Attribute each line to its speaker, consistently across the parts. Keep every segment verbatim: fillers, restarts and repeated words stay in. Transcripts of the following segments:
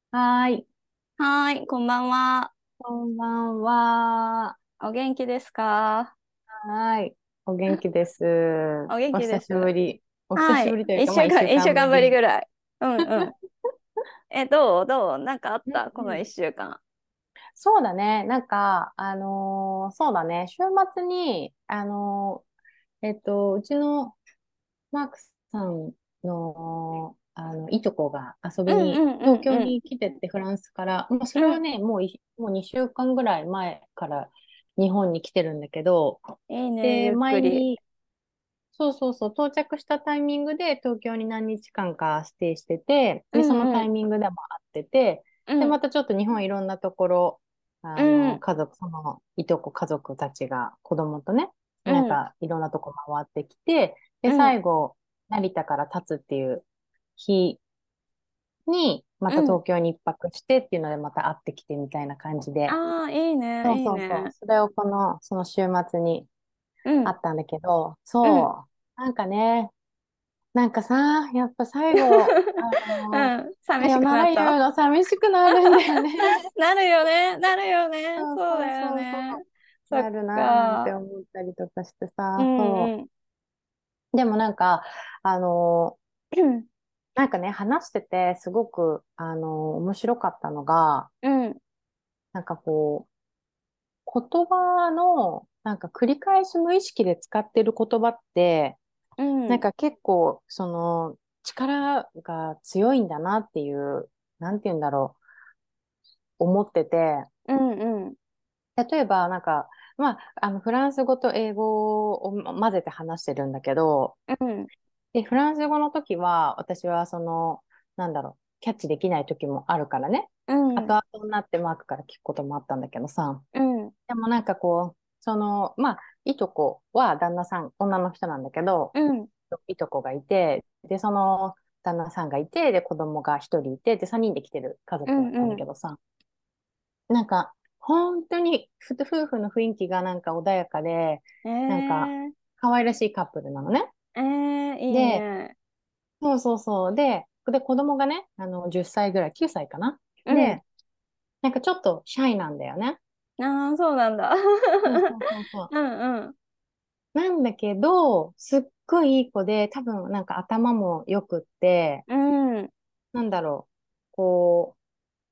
Speaker 1: はーい、
Speaker 2: はーい、こんばんは。
Speaker 1: こんばんは。
Speaker 2: お元気ですか？
Speaker 1: はーい、お元気です。
Speaker 2: お元
Speaker 1: お久しぶ
Speaker 2: 気です。
Speaker 1: り。お久
Speaker 2: はい。
Speaker 1: しぶりというか、まあ、
Speaker 2: 一週間、
Speaker 1: 一週
Speaker 2: 一週間ぶり
Speaker 1: 間ぶり。
Speaker 2: ぐらい。うんうん。え、どうどうなんかあっ
Speaker 1: うんうん。
Speaker 2: たこの一週間？
Speaker 1: そうだね。なんか、あのーそうだね。週末に、あのーえっと、うちのマークさんの、あの、いとこが遊びに、
Speaker 2: うんうんう
Speaker 1: 東京
Speaker 2: んうん。
Speaker 1: に来てってフランスから、もうそ
Speaker 2: うん。
Speaker 1: れはね、もうい、もうにしゅうかんぐらい前から日本に来てるんだけど、
Speaker 2: いいね、
Speaker 1: で、
Speaker 2: ゆっくり。
Speaker 1: 前に、そうそうそう、到着したタイミングで東京に何日間かステイしてて、
Speaker 2: う
Speaker 1: で、そのタイ
Speaker 2: んうん。
Speaker 1: ミングでも会ってて、で、
Speaker 2: うん
Speaker 1: またちょっと日本いろんなところ、
Speaker 2: う
Speaker 1: あの、
Speaker 2: ん
Speaker 1: 家族、そのいとこ家族たちが子供とね、
Speaker 2: うん
Speaker 1: なんかいろんなとこ回ってきて、で、
Speaker 2: うん
Speaker 1: 最後、成田から立つっていう日に、また
Speaker 2: うん。
Speaker 1: 東京に一泊してっていうので、また会ってきてみたいな感じで、
Speaker 2: ああ、いい
Speaker 1: そう
Speaker 2: ね、いい
Speaker 1: そうそう、
Speaker 2: ね。
Speaker 1: それをこの、その週末に
Speaker 2: うん
Speaker 1: あったんだけど、
Speaker 2: うん
Speaker 1: そう、なんかね、なんかさ、やっぱ最後、あの
Speaker 2: うん。寂しく
Speaker 1: さよなら
Speaker 2: なった？
Speaker 1: 言うの寂しくなるんだよね。
Speaker 2: なるよね、なるよね。
Speaker 1: そうそう
Speaker 2: そうだよ
Speaker 1: そうそ
Speaker 2: ね。
Speaker 1: う。
Speaker 2: そっ
Speaker 1: なるなぁなんて
Speaker 2: か。
Speaker 1: 思ったりとかして
Speaker 2: う
Speaker 1: さ、そ
Speaker 2: んうん。
Speaker 1: う。でもなんか、あのなんかね、話しててすごく、あの面白かったのが、
Speaker 2: うん、
Speaker 1: なんかこう、言葉の、なんか繰り返し無意識で使ってる言葉って、
Speaker 2: うん、うん、
Speaker 1: なんか結構、その、力が強いんだなっていう、なんて言うんだろう、思ってて、
Speaker 2: うん、
Speaker 1: 例えば、なんか、まあ、あの、フランス語と英語を混ぜて話してるんだけど、
Speaker 2: うん、
Speaker 1: で、フランス語の時は、私はその、なんだろう、キャッチできない時もあるからね。
Speaker 2: うん、
Speaker 1: 後々になってマークから聞くこともあったんだけどさ。
Speaker 2: うん、
Speaker 1: でもなんかこう、その、まあ、いとこは旦那さん、女の人なんだけど、
Speaker 2: うん、
Speaker 1: いとこがいて、で、その旦那さんがいて、で、子供が一人いて、で、さんにんで来てる家
Speaker 2: うん、
Speaker 1: 族だったんだ
Speaker 2: うん。
Speaker 1: けどさ、なんか、本当にふ夫婦の雰囲気がなんか穏やかで、
Speaker 2: え
Speaker 1: なんか、
Speaker 2: ー、
Speaker 1: 可愛らしいカップルなのね。
Speaker 2: えー、いい
Speaker 1: で、
Speaker 2: ね。
Speaker 1: そうそうそう。で、で、子供がね、あの、じゅっさいぐらい、きゅうさいかな。
Speaker 2: うん。
Speaker 1: で、なんかちょっとシャイなんだよね。
Speaker 2: ああ、そうなんだ。
Speaker 1: そうそうそうそう。
Speaker 2: うん、うん、
Speaker 1: なんだけど、すっごいいい子で、多分なんか頭も良くって、
Speaker 2: うん、
Speaker 1: なんだろう。こう、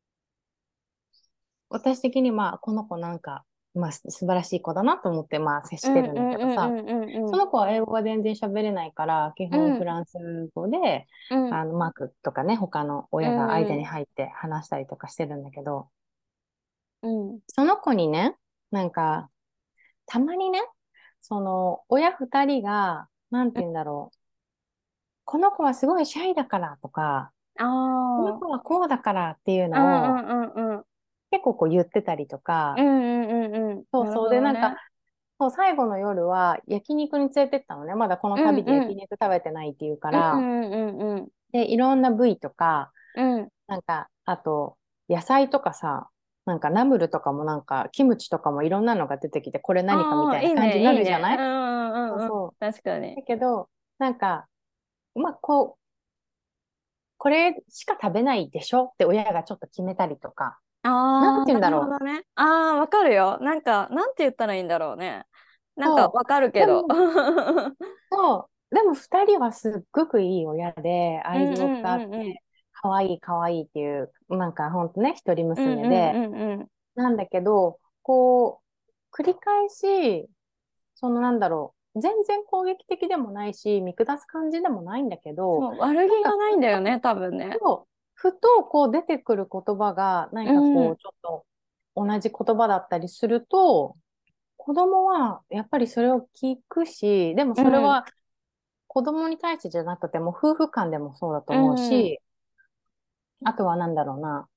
Speaker 1: 私的にまあ、この子なんか、まあ、す素晴らしい子だなと思って、まあ、接
Speaker 2: うん、
Speaker 1: してるんだ
Speaker 2: うん、うん、
Speaker 1: けどさ、
Speaker 2: うん、うん、
Speaker 1: その子は英語が全然喋れないから、基
Speaker 2: うん、
Speaker 1: 本フランス語で、
Speaker 2: うん、
Speaker 1: あの、マークとかね、他の
Speaker 2: う
Speaker 1: 親が間に
Speaker 2: ん、
Speaker 1: 入って話したりとかしてるんだけど、
Speaker 2: うん、
Speaker 1: その子にね、なんか、たまにね、その、親二人が、なんて言うんだろう、この子はすごいシャイだからとか、
Speaker 2: あ
Speaker 1: この
Speaker 2: あ、
Speaker 1: 子はこうだからっていう
Speaker 2: うん、う
Speaker 1: のを
Speaker 2: ん、うん、うん、
Speaker 1: 結構こう言ってたりとか、
Speaker 2: うん、うん、うん、うん。なる
Speaker 1: そうそう。で、なんか、
Speaker 2: ほどね。
Speaker 1: そう、最後の夜は焼肉に連れてったのね。まだこの
Speaker 2: うん、
Speaker 1: 旅で
Speaker 2: うん、
Speaker 1: 焼肉食べてないっていうか
Speaker 2: うん、
Speaker 1: ら、
Speaker 2: うん、うん、
Speaker 1: で、いろんな部位とか、
Speaker 2: うん。
Speaker 1: なんか、あと、野菜とかさ、なんかナムルとかもなんか、キムチとかもいろんなのが出てきて、これ何かみ
Speaker 2: ああ、
Speaker 1: たいな
Speaker 2: いいね、
Speaker 1: 感じにな
Speaker 2: いいね。うん、
Speaker 1: るじゃない？
Speaker 2: うん、うん、うん。
Speaker 1: そうそう。
Speaker 2: 確かに。
Speaker 1: だけど、なんか、まあ、こう、これしか食べないでしょって親がちょっと決めたりとか、なん
Speaker 2: ああ、
Speaker 1: て言うんだろ
Speaker 2: なるほどね。ああ、わかるよ。なんか、なんて言ったらいいんだろうね。
Speaker 1: う。
Speaker 2: なんか、
Speaker 1: そう。
Speaker 2: わかるけど。
Speaker 1: でも、そう。でも二人はすっごくいい親で、愛
Speaker 2: うんうん
Speaker 1: 情があっ
Speaker 2: うんうん。
Speaker 1: て、可愛い可愛いっていう、なんかほんとね、一人
Speaker 2: うんうん
Speaker 1: 娘で、
Speaker 2: うんうん。
Speaker 1: なんだけど、こう、繰り返し、そのなんだろう、全然攻撃的でもないし、見下す感じでもないんだけど、
Speaker 2: そう、悪
Speaker 1: なんかふ
Speaker 2: 気がないんだよね、多分ね。
Speaker 1: と、ふとこう出てくる言葉が、なん
Speaker 2: う
Speaker 1: かこう、
Speaker 2: ん。
Speaker 1: ちょっと同じ言葉だったりすると、子供はやっぱりそれを聞くし、でも
Speaker 2: うん。
Speaker 1: それは子供に対してじゃなくても夫婦間でもそうだと
Speaker 2: う
Speaker 1: 思う
Speaker 2: ん。
Speaker 1: し、あとはなんだろうな、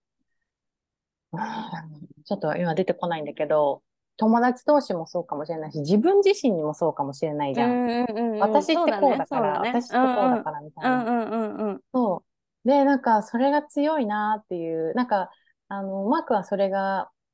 Speaker 1: ちょっと今出てこないんだけど、友達同士もそうかもしれないし、自分自身にもそうかもしれないじゃん。
Speaker 2: うんうんうんうん。
Speaker 1: 私ってこう
Speaker 2: そうだね、
Speaker 1: だから、
Speaker 2: そうだね。う
Speaker 1: 私ってこうだ
Speaker 2: んうん。
Speaker 1: からみたいな。
Speaker 2: うんうんうんうん。
Speaker 1: そう。で、なんかそれが強いなっていう、なんか、あの、マークはそれが、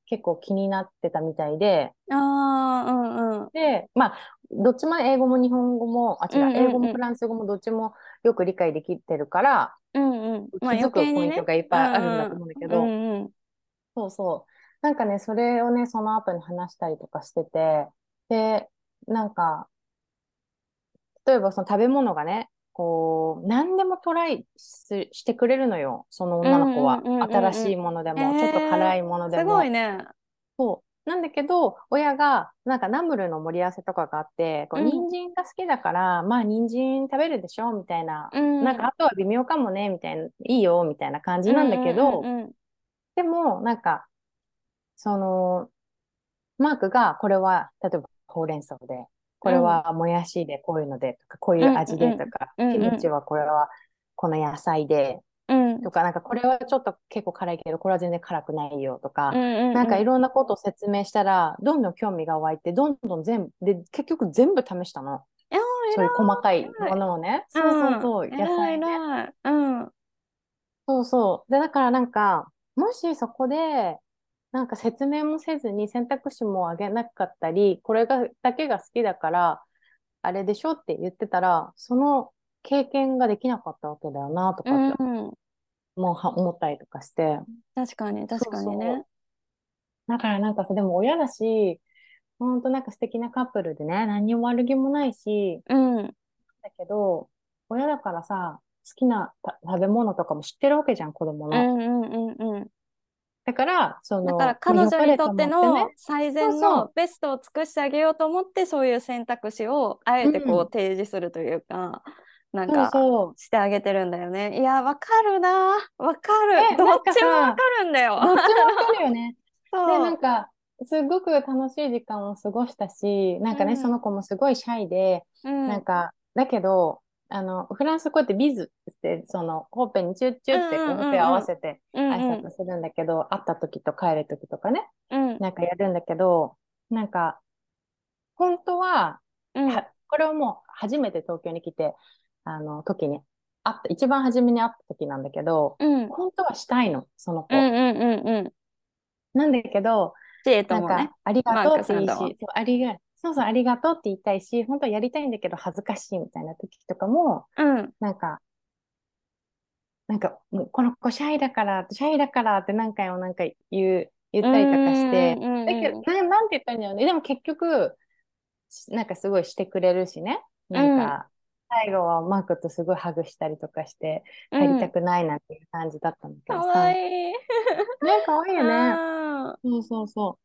Speaker 1: 結構気になってたみたいで、
Speaker 2: ああ、うんうん。
Speaker 1: で、まあ、どっちも英語も日本語も、あ、違う、
Speaker 2: うん
Speaker 1: 英語
Speaker 2: うんうん。
Speaker 1: もフランス語もどっちもよく理解できてるから、
Speaker 2: うんうん。まあ余
Speaker 1: 気づく
Speaker 2: 計にね。
Speaker 1: ポイントがいっ
Speaker 2: う
Speaker 1: ぱいあるんだ
Speaker 2: んうん。
Speaker 1: と思うんだけ
Speaker 2: う
Speaker 1: ど、
Speaker 2: んうん。
Speaker 1: そうそう。なんかね、それをね、その後に話したりとかしてて、で、なんか、例えばその食べ物がね、こう、何でもトライし、してくれるのよ、その
Speaker 2: うん
Speaker 1: 女の子は。
Speaker 2: うんうんうん
Speaker 1: 新しいもので
Speaker 2: うん。
Speaker 1: も、ちょっと
Speaker 2: えー、
Speaker 1: 辛いもので
Speaker 2: すごい
Speaker 1: も。
Speaker 2: ね。
Speaker 1: そう。なんだけど、親が、なんかナムルの盛り合わせとかがあって、こう、
Speaker 2: うん。
Speaker 1: 人参が好きだから、まあ、人参食べるでしょみたいな。
Speaker 2: うんうん
Speaker 1: なんか、あとは微妙かもねみたいな。いいよみたいな感
Speaker 2: うん
Speaker 1: じなんだけど、
Speaker 2: うんうん。
Speaker 1: でも、なんか、その、マークが、これは、例えば、ほうれん草で、これ
Speaker 2: うん
Speaker 1: はもやしで、こういうので、とか、こういう
Speaker 2: うん
Speaker 1: 味
Speaker 2: うん
Speaker 1: でとか、
Speaker 2: うんうん
Speaker 1: キムチはこれは、この野菜で、
Speaker 2: うん
Speaker 1: とか、なんかこれはちょっと結構辛いけど、これは全然辛くないよとか、
Speaker 2: うんうんうん。
Speaker 1: なんかいろんなことを説明したら、どんどん興味が湧いて、どんどん全部、で、結局全部試したの。
Speaker 2: いやー、
Speaker 1: そういう細かい
Speaker 2: 偉い。
Speaker 1: ものをね。そうそう
Speaker 2: うん。
Speaker 1: そう、野
Speaker 2: 偉い
Speaker 1: 菜ね。
Speaker 2: 偉い。うん。
Speaker 1: そうそう。で、だからなんか、もしそこで、なんか説明もせずに選択肢もあげなかったり、これが、だけが好きだから、あれでしょって言ってたら、その経験ができなかったわけだよな、と
Speaker 2: う
Speaker 1: かって、
Speaker 2: ん。
Speaker 1: もうは思ったりとかして。
Speaker 2: 確かに、確
Speaker 1: そう
Speaker 2: かにね。
Speaker 1: そう。だからなんかさ、でも親だし、ほんとなんか素敵なカップルでね、何にも悪気もないし、
Speaker 2: うん。うん
Speaker 1: だけど、親だからさ、好きなた食べ物とかも知ってるわけじゃん、子供の。
Speaker 2: うんうんうん。
Speaker 1: だから、そ
Speaker 2: だから
Speaker 1: の、まあ、良
Speaker 2: 彼女にとっ
Speaker 1: かれと思ってね。
Speaker 2: ての最善
Speaker 1: そうそう。
Speaker 2: のベストを尽くしてあげようと思ってそういう選択肢をあえてこう
Speaker 1: うん。
Speaker 2: 提示するというかなん
Speaker 1: そう
Speaker 2: か
Speaker 1: そう。
Speaker 2: してあげてるんだよね。いや、わかるな。わかる。
Speaker 1: え、なん
Speaker 2: どっちもわか
Speaker 1: かさ、
Speaker 2: るんだよ。
Speaker 1: どっちもわかるよね。で、な
Speaker 2: そ
Speaker 1: んか、すごく楽しい時間を過ごしたし、な
Speaker 2: う。う
Speaker 1: んかね、そ
Speaker 2: ん。
Speaker 1: の子もすごいシャイで、
Speaker 2: うん。
Speaker 1: なんか、だけど、あの、フランスこうやってビズって、その、ほっぺにチュッチ
Speaker 2: う
Speaker 1: ュってこうほっぺを合
Speaker 2: んうん
Speaker 1: わせて挨
Speaker 2: うんうん。
Speaker 1: 拶するんだけど、会った時と帰る時とかね、
Speaker 2: うんうん
Speaker 1: なんかやるんだけど、なんか、本当は、
Speaker 2: うん
Speaker 1: は、これはもう初めて東京に来て、あの、時に、会った、一番初めに会った時なんだけど、
Speaker 2: うん
Speaker 1: 本当はしたいの、その子。
Speaker 2: うんうんうんうん。
Speaker 1: なんだけど、
Speaker 2: ジェイともね、
Speaker 1: なんか、ありが
Speaker 2: マーク
Speaker 1: とうって
Speaker 2: さんとも。
Speaker 1: いいし、そう、ありが、そうそう、ありがとうって言いたいし、本当はやりたいんだけど恥ずかしいみたいな時とかも、
Speaker 2: うん。
Speaker 1: なんか、なんか、もうこの子シャイだから、シャイだからって何回もなんか言う、言
Speaker 2: う
Speaker 1: ったりとかして、
Speaker 2: んうんう
Speaker 1: だけど、
Speaker 2: んうん。
Speaker 1: な、なんて言ったらいいんだろうね。でも結局、しなんかすごいしてくれるしね。
Speaker 2: うん。
Speaker 1: なんか、最後はマークとすごいハグしたりとかして、
Speaker 2: うん。
Speaker 1: 帰りたくないなっていう感じだったんだけ
Speaker 2: かわ
Speaker 1: どさ。
Speaker 2: いい。
Speaker 1: ね、かわいいよね。
Speaker 2: ああ。
Speaker 1: そうそうそう。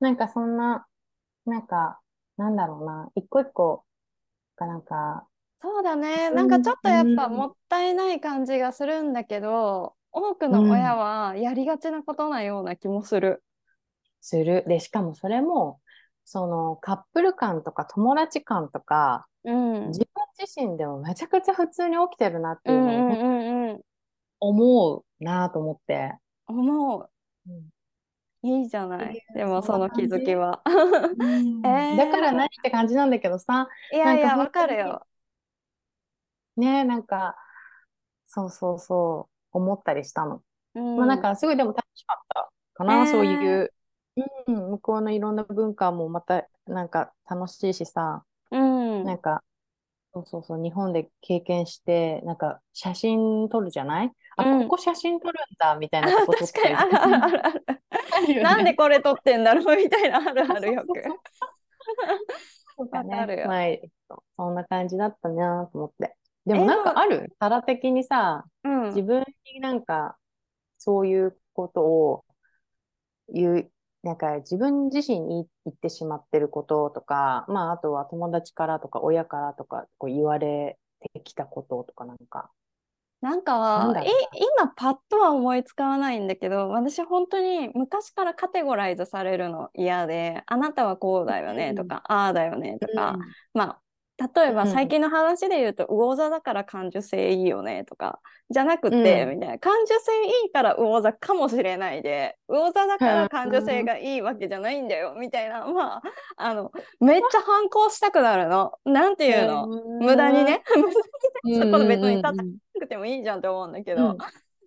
Speaker 1: なんかそんな、なんか、なんだろうな。一個一個がなんか、
Speaker 2: そうだね。なんかちょ
Speaker 1: うん、
Speaker 2: っとやっぱ
Speaker 1: うん、
Speaker 2: もったいない感じがするんだけど、多く
Speaker 1: う
Speaker 2: の親
Speaker 1: ん、
Speaker 2: はやりがちなことなような気もする。
Speaker 1: する。で、しかもそれも、そのカップル間とか友達間とか、
Speaker 2: うん。うん
Speaker 1: 自分自身でもめちゃくちゃ普通に起きてるなっ
Speaker 2: う
Speaker 1: ていうのをほん
Speaker 2: んうんうん。
Speaker 1: 思うなと思って。
Speaker 2: 思う。
Speaker 1: うん、
Speaker 2: いいじゃ
Speaker 1: ってい
Speaker 2: ない。で
Speaker 1: う、そんな
Speaker 2: もその気
Speaker 1: 感じ。
Speaker 2: づきは。
Speaker 1: う
Speaker 2: え
Speaker 1: ん。だから何
Speaker 2: ー、
Speaker 1: って感じなんだけどさ、
Speaker 2: いやいや、
Speaker 1: なんか本
Speaker 2: わか
Speaker 1: 当に、
Speaker 2: るよ。
Speaker 1: ね、なんか、そうそうそう、思ったりしたの。
Speaker 2: う
Speaker 1: まあなん
Speaker 2: ん。
Speaker 1: かすごいでも楽しかったか
Speaker 2: え
Speaker 1: な、そうい
Speaker 2: ー、
Speaker 1: う、うん、向こうのいろんな文化もまたなんか楽しいしさ、
Speaker 2: うん。
Speaker 1: なんか、そうそうそう、日本で経験して、なんか写真撮るじゃないあ、こ
Speaker 2: うん。
Speaker 1: こ写真撮るんだ、みたい
Speaker 2: あ、
Speaker 1: なとこ撮っ
Speaker 2: 確かに、
Speaker 1: たりとか。
Speaker 2: あるあるあるある。
Speaker 1: あるよね。
Speaker 2: なんでこれ撮ってんだろうみたいな、ある
Speaker 1: あ、
Speaker 2: あるよく。
Speaker 1: そうそうそう。そうか
Speaker 2: わか
Speaker 1: ね。
Speaker 2: るよ。
Speaker 1: まあ、そんな感じだったなと思って。でも
Speaker 2: え、で
Speaker 1: なんか
Speaker 2: も、
Speaker 1: あるタラ的にさ、
Speaker 2: うん。
Speaker 1: 自分になんかそういうことを言う、なんか自分自身に言ってしまってることとか、まああとは友達からとか親からとかこう言われてきたこととかなんか、
Speaker 2: なん
Speaker 1: なん
Speaker 2: か、い、
Speaker 1: だろうな。
Speaker 2: 今パッとは思いつかないんだけど、私本当に昔からカテゴライズされるの嫌で、あなたはこうだよねと
Speaker 1: うん、
Speaker 2: か、ああだよねとか、
Speaker 1: うん、
Speaker 2: まあ、例えば
Speaker 1: うん、
Speaker 2: 最近の話で言うと、魚座だから感受性いいよねとか、じゃなく
Speaker 1: う
Speaker 2: て、
Speaker 1: ん、
Speaker 2: みたいな、感受性いいから魚座かもしれないで、魚座だから感受性
Speaker 1: うん、
Speaker 2: がいいわけじゃないんだよ、みたいな、まあ、あの、めっちゃ反抗したくなるの。なんていうの無駄にね、無駄にね
Speaker 1: うん、
Speaker 2: そこで別に
Speaker 1: うん、
Speaker 2: 立た
Speaker 1: うん、
Speaker 2: なくてもいいじゃんって思うんだけど、
Speaker 1: うん、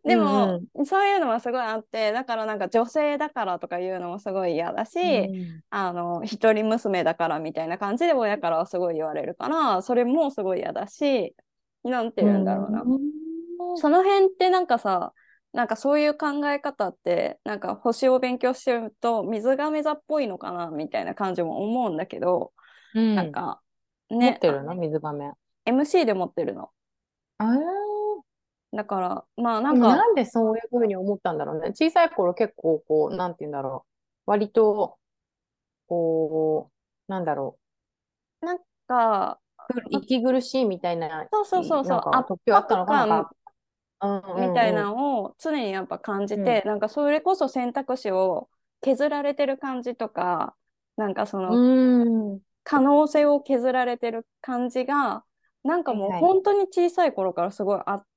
Speaker 1: う
Speaker 2: でも、
Speaker 1: んう
Speaker 2: そういうのはすごいあって、だからなんか女性だからとかいうのもすごい嫌だ
Speaker 1: ん。
Speaker 2: し、
Speaker 1: うん。
Speaker 2: あの、一人娘だからみたいな感じで親からはすごい言われるから、それもすごい嫌だし、なんて
Speaker 1: う
Speaker 2: 言うんだろうな。
Speaker 1: ん。
Speaker 2: その辺ってなんかさ、なんかそういう考え方って、なんか星を勉強してると水亀座っぽいのかなみたいな感じも思うんだけど、
Speaker 1: うん。
Speaker 2: なんかね、あ
Speaker 1: 持ってるの水亀。
Speaker 2: エムシー で持ってるの。
Speaker 1: ああ。
Speaker 2: だから、まあな
Speaker 1: でもな
Speaker 2: んか、
Speaker 1: んでそういうふうに思ったんだろうね。小さい頃結構こう、なんて言うんだろう。割と、こう、なんだろ
Speaker 2: なんか、
Speaker 1: う。息苦しいみたいな、
Speaker 2: そうそうそうそう、
Speaker 1: なんか
Speaker 2: 圧
Speaker 1: 時はあったのかな。なん
Speaker 2: 迫感
Speaker 1: か、うん
Speaker 2: みたいな
Speaker 1: うん
Speaker 2: のを常にやっぱ感じ
Speaker 1: うん。
Speaker 2: て、なんかそれこそ選択肢を削られてる感じとか、なんかその
Speaker 1: うん。うーん。
Speaker 2: 可能性を削られてる感じが、なんかもう
Speaker 1: はいはい。
Speaker 2: 本当に小さい頃からすごいあって、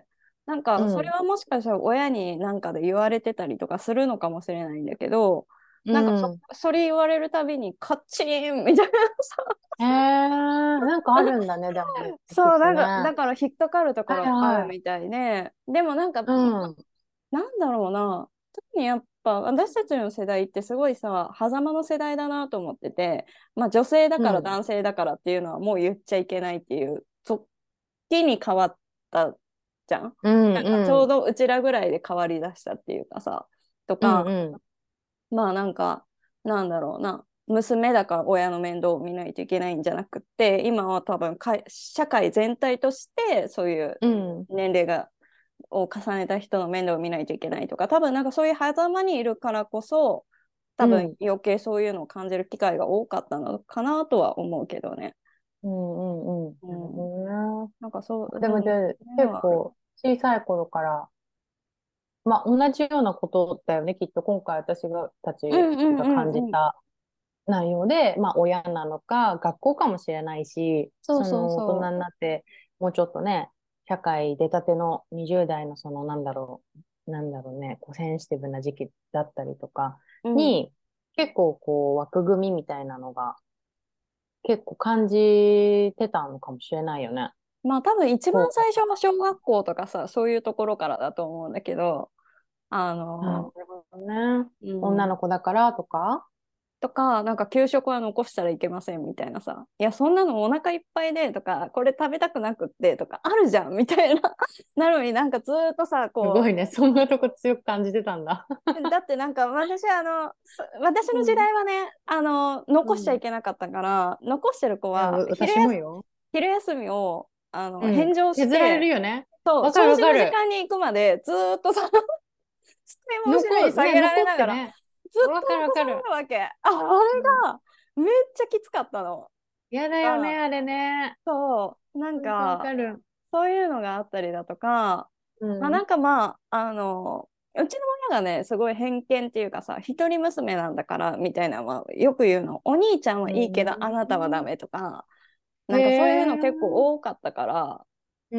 Speaker 2: なんかそれ
Speaker 1: うん。
Speaker 2: はもしかしたら親になんかで言われてたりとかするのかもしれないんだけど、
Speaker 1: う
Speaker 2: なんかそ、
Speaker 1: ん。
Speaker 2: それ言われるたびにカッチンみたいなさ、
Speaker 1: えー、なんかあるんだね、でもね、きっ
Speaker 2: そう、なんか、
Speaker 1: とね。
Speaker 2: だから引っかかるとこ
Speaker 1: はい
Speaker 2: ろある
Speaker 1: はい。
Speaker 2: みたいで、でもなんか、
Speaker 1: うん。
Speaker 2: なんだろうな、特にやっぱ私たちの世代ってすごいさ、狭間の世代だなと思ってて、まあ女性だから
Speaker 1: うん。
Speaker 2: 男性だからっていうのはもう言っちゃいけないっていう、そっちに変わったじゃん。
Speaker 1: うん
Speaker 2: なんかちょう
Speaker 1: うん。
Speaker 2: どうちらぐらいで変わりだしたっていうかさ、と
Speaker 1: うん
Speaker 2: か、
Speaker 1: うん。
Speaker 2: まあなんか、なんだろうな、娘だから親の面倒を見ないといけないんじゃなくって、今は多分かい社会全体としてそういう
Speaker 1: うん。
Speaker 2: 年齢がを重ねた人の面倒を見ないといけないとか、多分なんかそういう狭間にいるからこそ、多分
Speaker 1: うん。
Speaker 2: 余計そういうのを感じる機会が多かったのかなとは思うけどね。
Speaker 1: うんうんうん。なる
Speaker 2: うん。
Speaker 1: ほどね。
Speaker 2: なんかそう、うん、
Speaker 1: でもで、
Speaker 2: それはある。
Speaker 1: 結構小さい頃から、まあ同じようなことだよね、きっと今回私がたち
Speaker 2: うんうん
Speaker 1: が
Speaker 2: うんうん。
Speaker 1: 感じた内容で、まあ親なのか学校かもしれないし、
Speaker 2: そう
Speaker 1: その大
Speaker 2: そうそ
Speaker 1: 人になってもうちょっとね、社会出たてのにじゅう代のそのなんだろう、なんだろうね、こうセンシティブな時期だったりとか
Speaker 2: う。うん。
Speaker 1: に、結構こう枠組みみたいなのが結構感じてたのかもしれないよね。
Speaker 2: まあ多分一番
Speaker 1: こう、
Speaker 2: 最初は小学校とかさ、そういうところからだと思うんだけど、あ
Speaker 1: あ、な
Speaker 2: の、
Speaker 1: るほどね。
Speaker 2: うん。
Speaker 1: 女の子だからとか。
Speaker 2: とか、なんか給食は残したらいけませんみたいなさ、いや、そんなのお腹いっぱいでとか、これ食べたくなくってとかあるじゃんみたいな。なのになんかずーっとさ、こ
Speaker 1: すごいね。そんなとこ強く感じてたんだ。
Speaker 2: う、だってなんか私、あの、そ私の時
Speaker 1: うん。
Speaker 2: 代はね、あの、残しちゃい
Speaker 1: うん。
Speaker 2: けなかったから、残してる子
Speaker 1: いや、
Speaker 2: は
Speaker 1: わ
Speaker 2: 昼やす、
Speaker 1: 私もよ。
Speaker 2: 昼休みを、あの、
Speaker 1: うん。
Speaker 2: 返上し
Speaker 1: 削られる
Speaker 2: て、
Speaker 1: よね。
Speaker 2: そう、
Speaker 1: わかる
Speaker 2: 掃除の時
Speaker 1: わかる。
Speaker 2: 間に行くまでずーっとさ、机も後ろ
Speaker 1: 残、ね、
Speaker 2: に下げられながら、
Speaker 1: 残ってね。
Speaker 2: ずっ
Speaker 1: わかるわ
Speaker 2: と残さ
Speaker 1: かる。
Speaker 2: れるわけ。あ、あれ
Speaker 1: うん。
Speaker 2: がめっちゃきつかったの。
Speaker 1: やだよね、
Speaker 2: が、
Speaker 1: あれね。
Speaker 2: そう、なん
Speaker 1: なんかわ
Speaker 2: か、
Speaker 1: かる。
Speaker 2: そういうのがあったりだとか、まあ、な
Speaker 1: うん。
Speaker 2: んかまあ、あの、うちの親がね、すごい偏見っていうかさ、一人娘なんだからみたいな、まあ、よく言うの、お兄ちゃん
Speaker 1: う
Speaker 2: はいいけど、あなたはダ
Speaker 1: ん。
Speaker 2: メとか、
Speaker 1: へ
Speaker 2: なんかそういうの結
Speaker 1: え。
Speaker 2: 構多かったから、
Speaker 1: うん。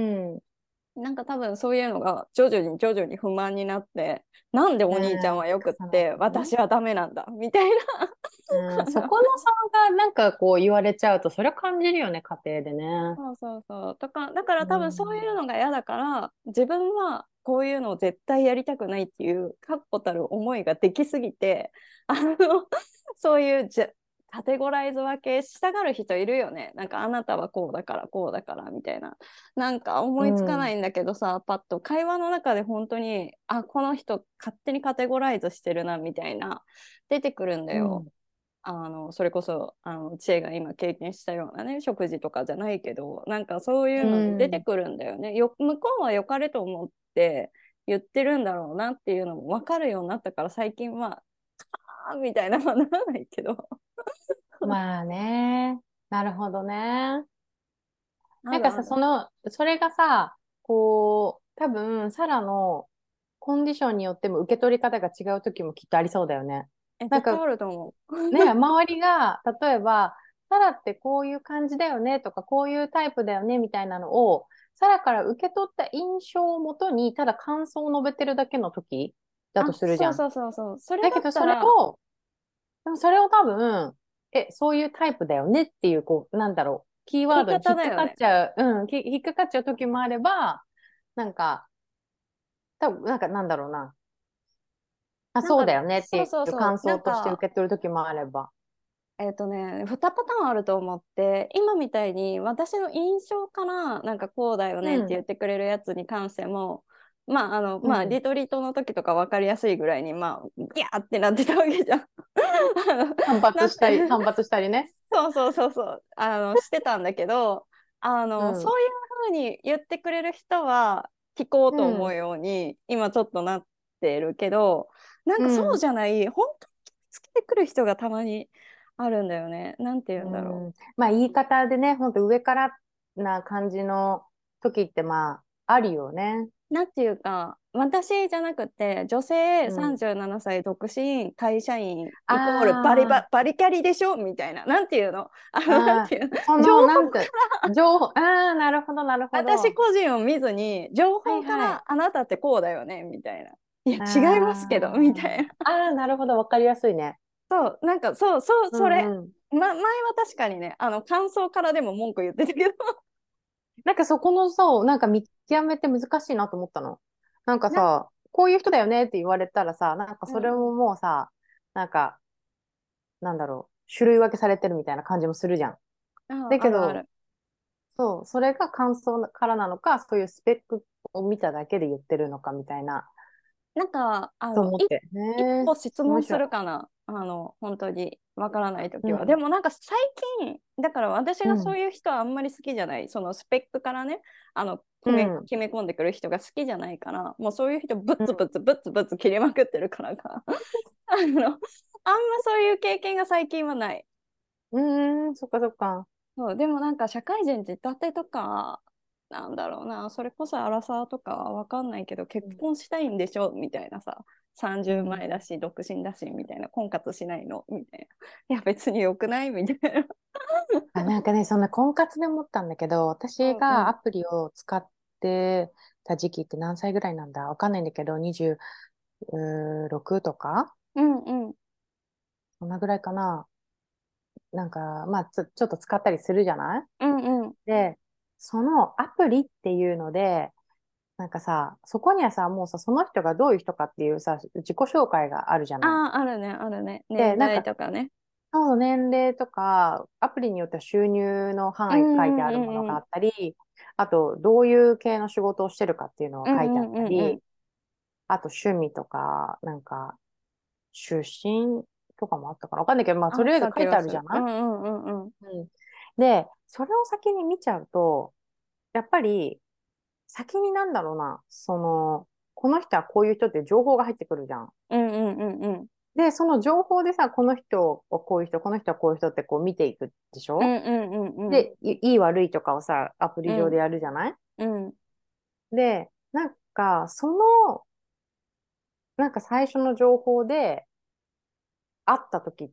Speaker 2: なんか多分そういうのが徐々に徐々に不満になって、なんでお
Speaker 1: うん。
Speaker 2: 兄ちゃんはよくっ
Speaker 1: 重なっ
Speaker 2: て、
Speaker 1: てね。
Speaker 2: 私はダメなんだ、みたいな。
Speaker 1: うん。そこの差がなんかこう言われちゃうと、それは感じるよね、家庭でね。
Speaker 2: そうそうそう。とか、だから
Speaker 1: う
Speaker 2: 多分そういう
Speaker 1: ん。
Speaker 2: のが嫌だから、自分はこういうのを絶対やりたくないっていう確固たる思いができすぎて、あの、そういうじゃカテゴライズ分けしたがる人いるよね。なんかあなたはこうだからこうだからみたいな。なんか思いつかな
Speaker 1: うん。
Speaker 2: いんだけどさ、パッと会話の中で本当に、あ、この人勝手にカテゴライズしてるなみたいな、出てくるんだよ。
Speaker 1: うん。
Speaker 2: あのそれこそあの知恵が今経験したようなね食事とかじゃないけどなんかそういう
Speaker 1: う
Speaker 2: ので出て
Speaker 1: ん。
Speaker 2: くるんだよね。よ向こうは良かれと思って言ってるんだろうなっていうのも分かるようになったから最近はあーみたいなのはならないけど
Speaker 1: まあね。なるほどね。なんかさ、
Speaker 2: あるある。
Speaker 1: その、それがさ、こう、多分、サラのコンディションによっても受け取り方が違う時もきっとありそうだよね。
Speaker 2: え絶対
Speaker 1: なんか、
Speaker 2: あると思う。
Speaker 1: ね、周りが、例えば、サラってこういう感じだよねとか、こういうタイプだよねみたいなのを、サラから受け取った印象をもとに、ただ感想を述べてるだけの時だと
Speaker 2: あ
Speaker 1: するじゃん。
Speaker 2: そうそうそうそうそれだっ
Speaker 1: だけど、それ
Speaker 2: たら
Speaker 1: を、でもそれを多分、え、そういうタイプだよねっていう、こう、なんだろう、キーワー
Speaker 2: 言い
Speaker 1: ドに引っかかっ
Speaker 2: 方だよね。
Speaker 1: ちゃう、うん、き引っかかっちゃう時もあれば、なんか、 多分なんかなんだろうな。あ、
Speaker 2: なんかね、
Speaker 1: そうだよねって
Speaker 2: そうそう
Speaker 1: いう
Speaker 2: そう、
Speaker 1: 感想として
Speaker 2: なんか、
Speaker 1: 受け取る時もあれば。
Speaker 2: えっとね、にパターンあると思って、今みたいに私の印象からなんかこうだよねって
Speaker 1: うん、
Speaker 2: 言ってくれるやつに関しても、まああの、まあ
Speaker 1: うん。
Speaker 2: リトリートの時とか分かりやすいぐらいに、まあ、ギャーってなってたわけじゃん。あの
Speaker 1: 反
Speaker 2: なって、
Speaker 1: 発したり、反発したりね。
Speaker 2: そうそうそうそう、あの、してたんだけど、あの、そ
Speaker 1: うん、
Speaker 2: ういうふうに言ってくれる人は聞こう
Speaker 1: う
Speaker 2: と思う
Speaker 1: ん、
Speaker 2: ように、今ちょっとなってるけど、なん
Speaker 1: う
Speaker 2: かそう
Speaker 1: ん。
Speaker 2: じゃない、本当に気つけてくる人がたまにあるんだよね。なんて言
Speaker 1: う
Speaker 2: うんだろ
Speaker 1: ん。まあ言い方でね、ほんと上からな感じの時ってまああるよね。
Speaker 2: う。なんていうか、私じゃなくて、女性
Speaker 1: うん。
Speaker 2: さんじゅうななさい独身、会社員、イコールバリ
Speaker 1: あ
Speaker 2: バ、バリキャリでしょみたいな。なんていうのあ
Speaker 1: あ、
Speaker 2: の、なん
Speaker 1: ああ、
Speaker 2: ていうの
Speaker 1: その、
Speaker 2: 情報
Speaker 1: なんて、情報、ああ、なるほど、なるほ
Speaker 2: 私
Speaker 1: ど。
Speaker 2: 個人を見ずに情報か
Speaker 1: はいはい。
Speaker 2: らあなたってこうだよねみたいな。いや違いますけどみたい
Speaker 1: あ
Speaker 2: な。
Speaker 1: あ、ああ、なるほど、わかりやすいね。
Speaker 2: そうなんかそうそう
Speaker 1: う
Speaker 2: それ、
Speaker 1: んうん。
Speaker 2: ま、前は確かにねあの感想からでも文句言ってたけど
Speaker 1: なんかそこのさ、なんか見極めって難しいなと思ったの。なんか
Speaker 2: な、
Speaker 1: さ、こういう人だよねって言われたらさ、なんか
Speaker 2: うんうん、
Speaker 1: それももうさ、なんか、なんだろう、種類分けされてるみたいな感じもするじゃん。
Speaker 2: あ
Speaker 1: だけど、
Speaker 2: あるある。
Speaker 1: そう、それが感想からなのか、そういうスペックを見ただけで言ってるのかみたいな、
Speaker 2: なんかあのい
Speaker 1: と思って。
Speaker 2: 一
Speaker 1: ね、
Speaker 2: 個質問す
Speaker 1: 面白い。
Speaker 2: るかな、あの本当にわからないときは。で
Speaker 1: うん、
Speaker 2: もなんか最近だから私
Speaker 1: うん、
Speaker 2: がそういう人はあんまり好きじゃない、そのスペックからね、あの決め、
Speaker 1: うん、
Speaker 2: 決め込んでくる人が好きじゃないから、もうそういう人ブ
Speaker 1: うん。
Speaker 2: ツブツブツブツ切りまくってるからかあのあんまそういう経験が最近はない。
Speaker 1: うーん、そっかそっか。
Speaker 2: そうでもなんか社会人ってたてとか、なんだろうな、それこそアラサーとかは分かんないけど結
Speaker 1: うん、
Speaker 2: 婚したいんでしょみたいなさ、
Speaker 1: う
Speaker 2: さんじゅうまえだ
Speaker 1: ん。
Speaker 2: し独身だしみたいな、婚活しないのみたいな、いや別によくないみたいな。
Speaker 1: あ、なんかね、そんな婚活で思ったんだけど、私
Speaker 2: うんうん
Speaker 1: がアプリを使ってた時期って何歳ぐらいなんだわかんないんだけど、にじゅうろくとか
Speaker 2: うんうん
Speaker 1: そんなぐらいかな。なんか、まあちょ、ちょっと使ったりするじゃない
Speaker 2: うんうん。
Speaker 1: で、そのアプリっていうので、なんかさ、そこにはさ、もうさ、その人がどういう人かっていうさ、自己紹介があるじゃない。
Speaker 2: ああ、あるね、あるね。
Speaker 1: で、
Speaker 2: 年
Speaker 1: なんか、
Speaker 2: 代とかね。
Speaker 1: そう年齢とか、アプリによっては収入の
Speaker 2: う
Speaker 1: 範囲書いて
Speaker 2: んうん
Speaker 1: あるもの
Speaker 2: うんうん。
Speaker 1: があったり、あと、どういう系の仕事をしてるかっていうの
Speaker 2: うん
Speaker 1: が書いてあっ
Speaker 2: うんうんうん。
Speaker 1: たり、あと趣味とか、なんか、出身とかもあったかなわかんないけど、まあ、と
Speaker 2: あった
Speaker 1: りあえず書いて
Speaker 2: 気がする。
Speaker 1: あるじゃない
Speaker 2: うんうんうんうん。
Speaker 1: うん。で、それを先に見ちゃうと、やっぱり、先になんだろうな、その、この人はこういう人って情報が入ってくるじゃん。
Speaker 2: うんうんうんうん。
Speaker 1: で、その情報でさ、この人はこういう人、この人はこういう人ってこう見ていくでしょ
Speaker 2: うんうんうんうん。
Speaker 1: で、いいい悪いとかをさ、アプリ上でやるじゃない
Speaker 2: うんうん。
Speaker 1: で、なんか、その、なんか最初の情報で会った時って、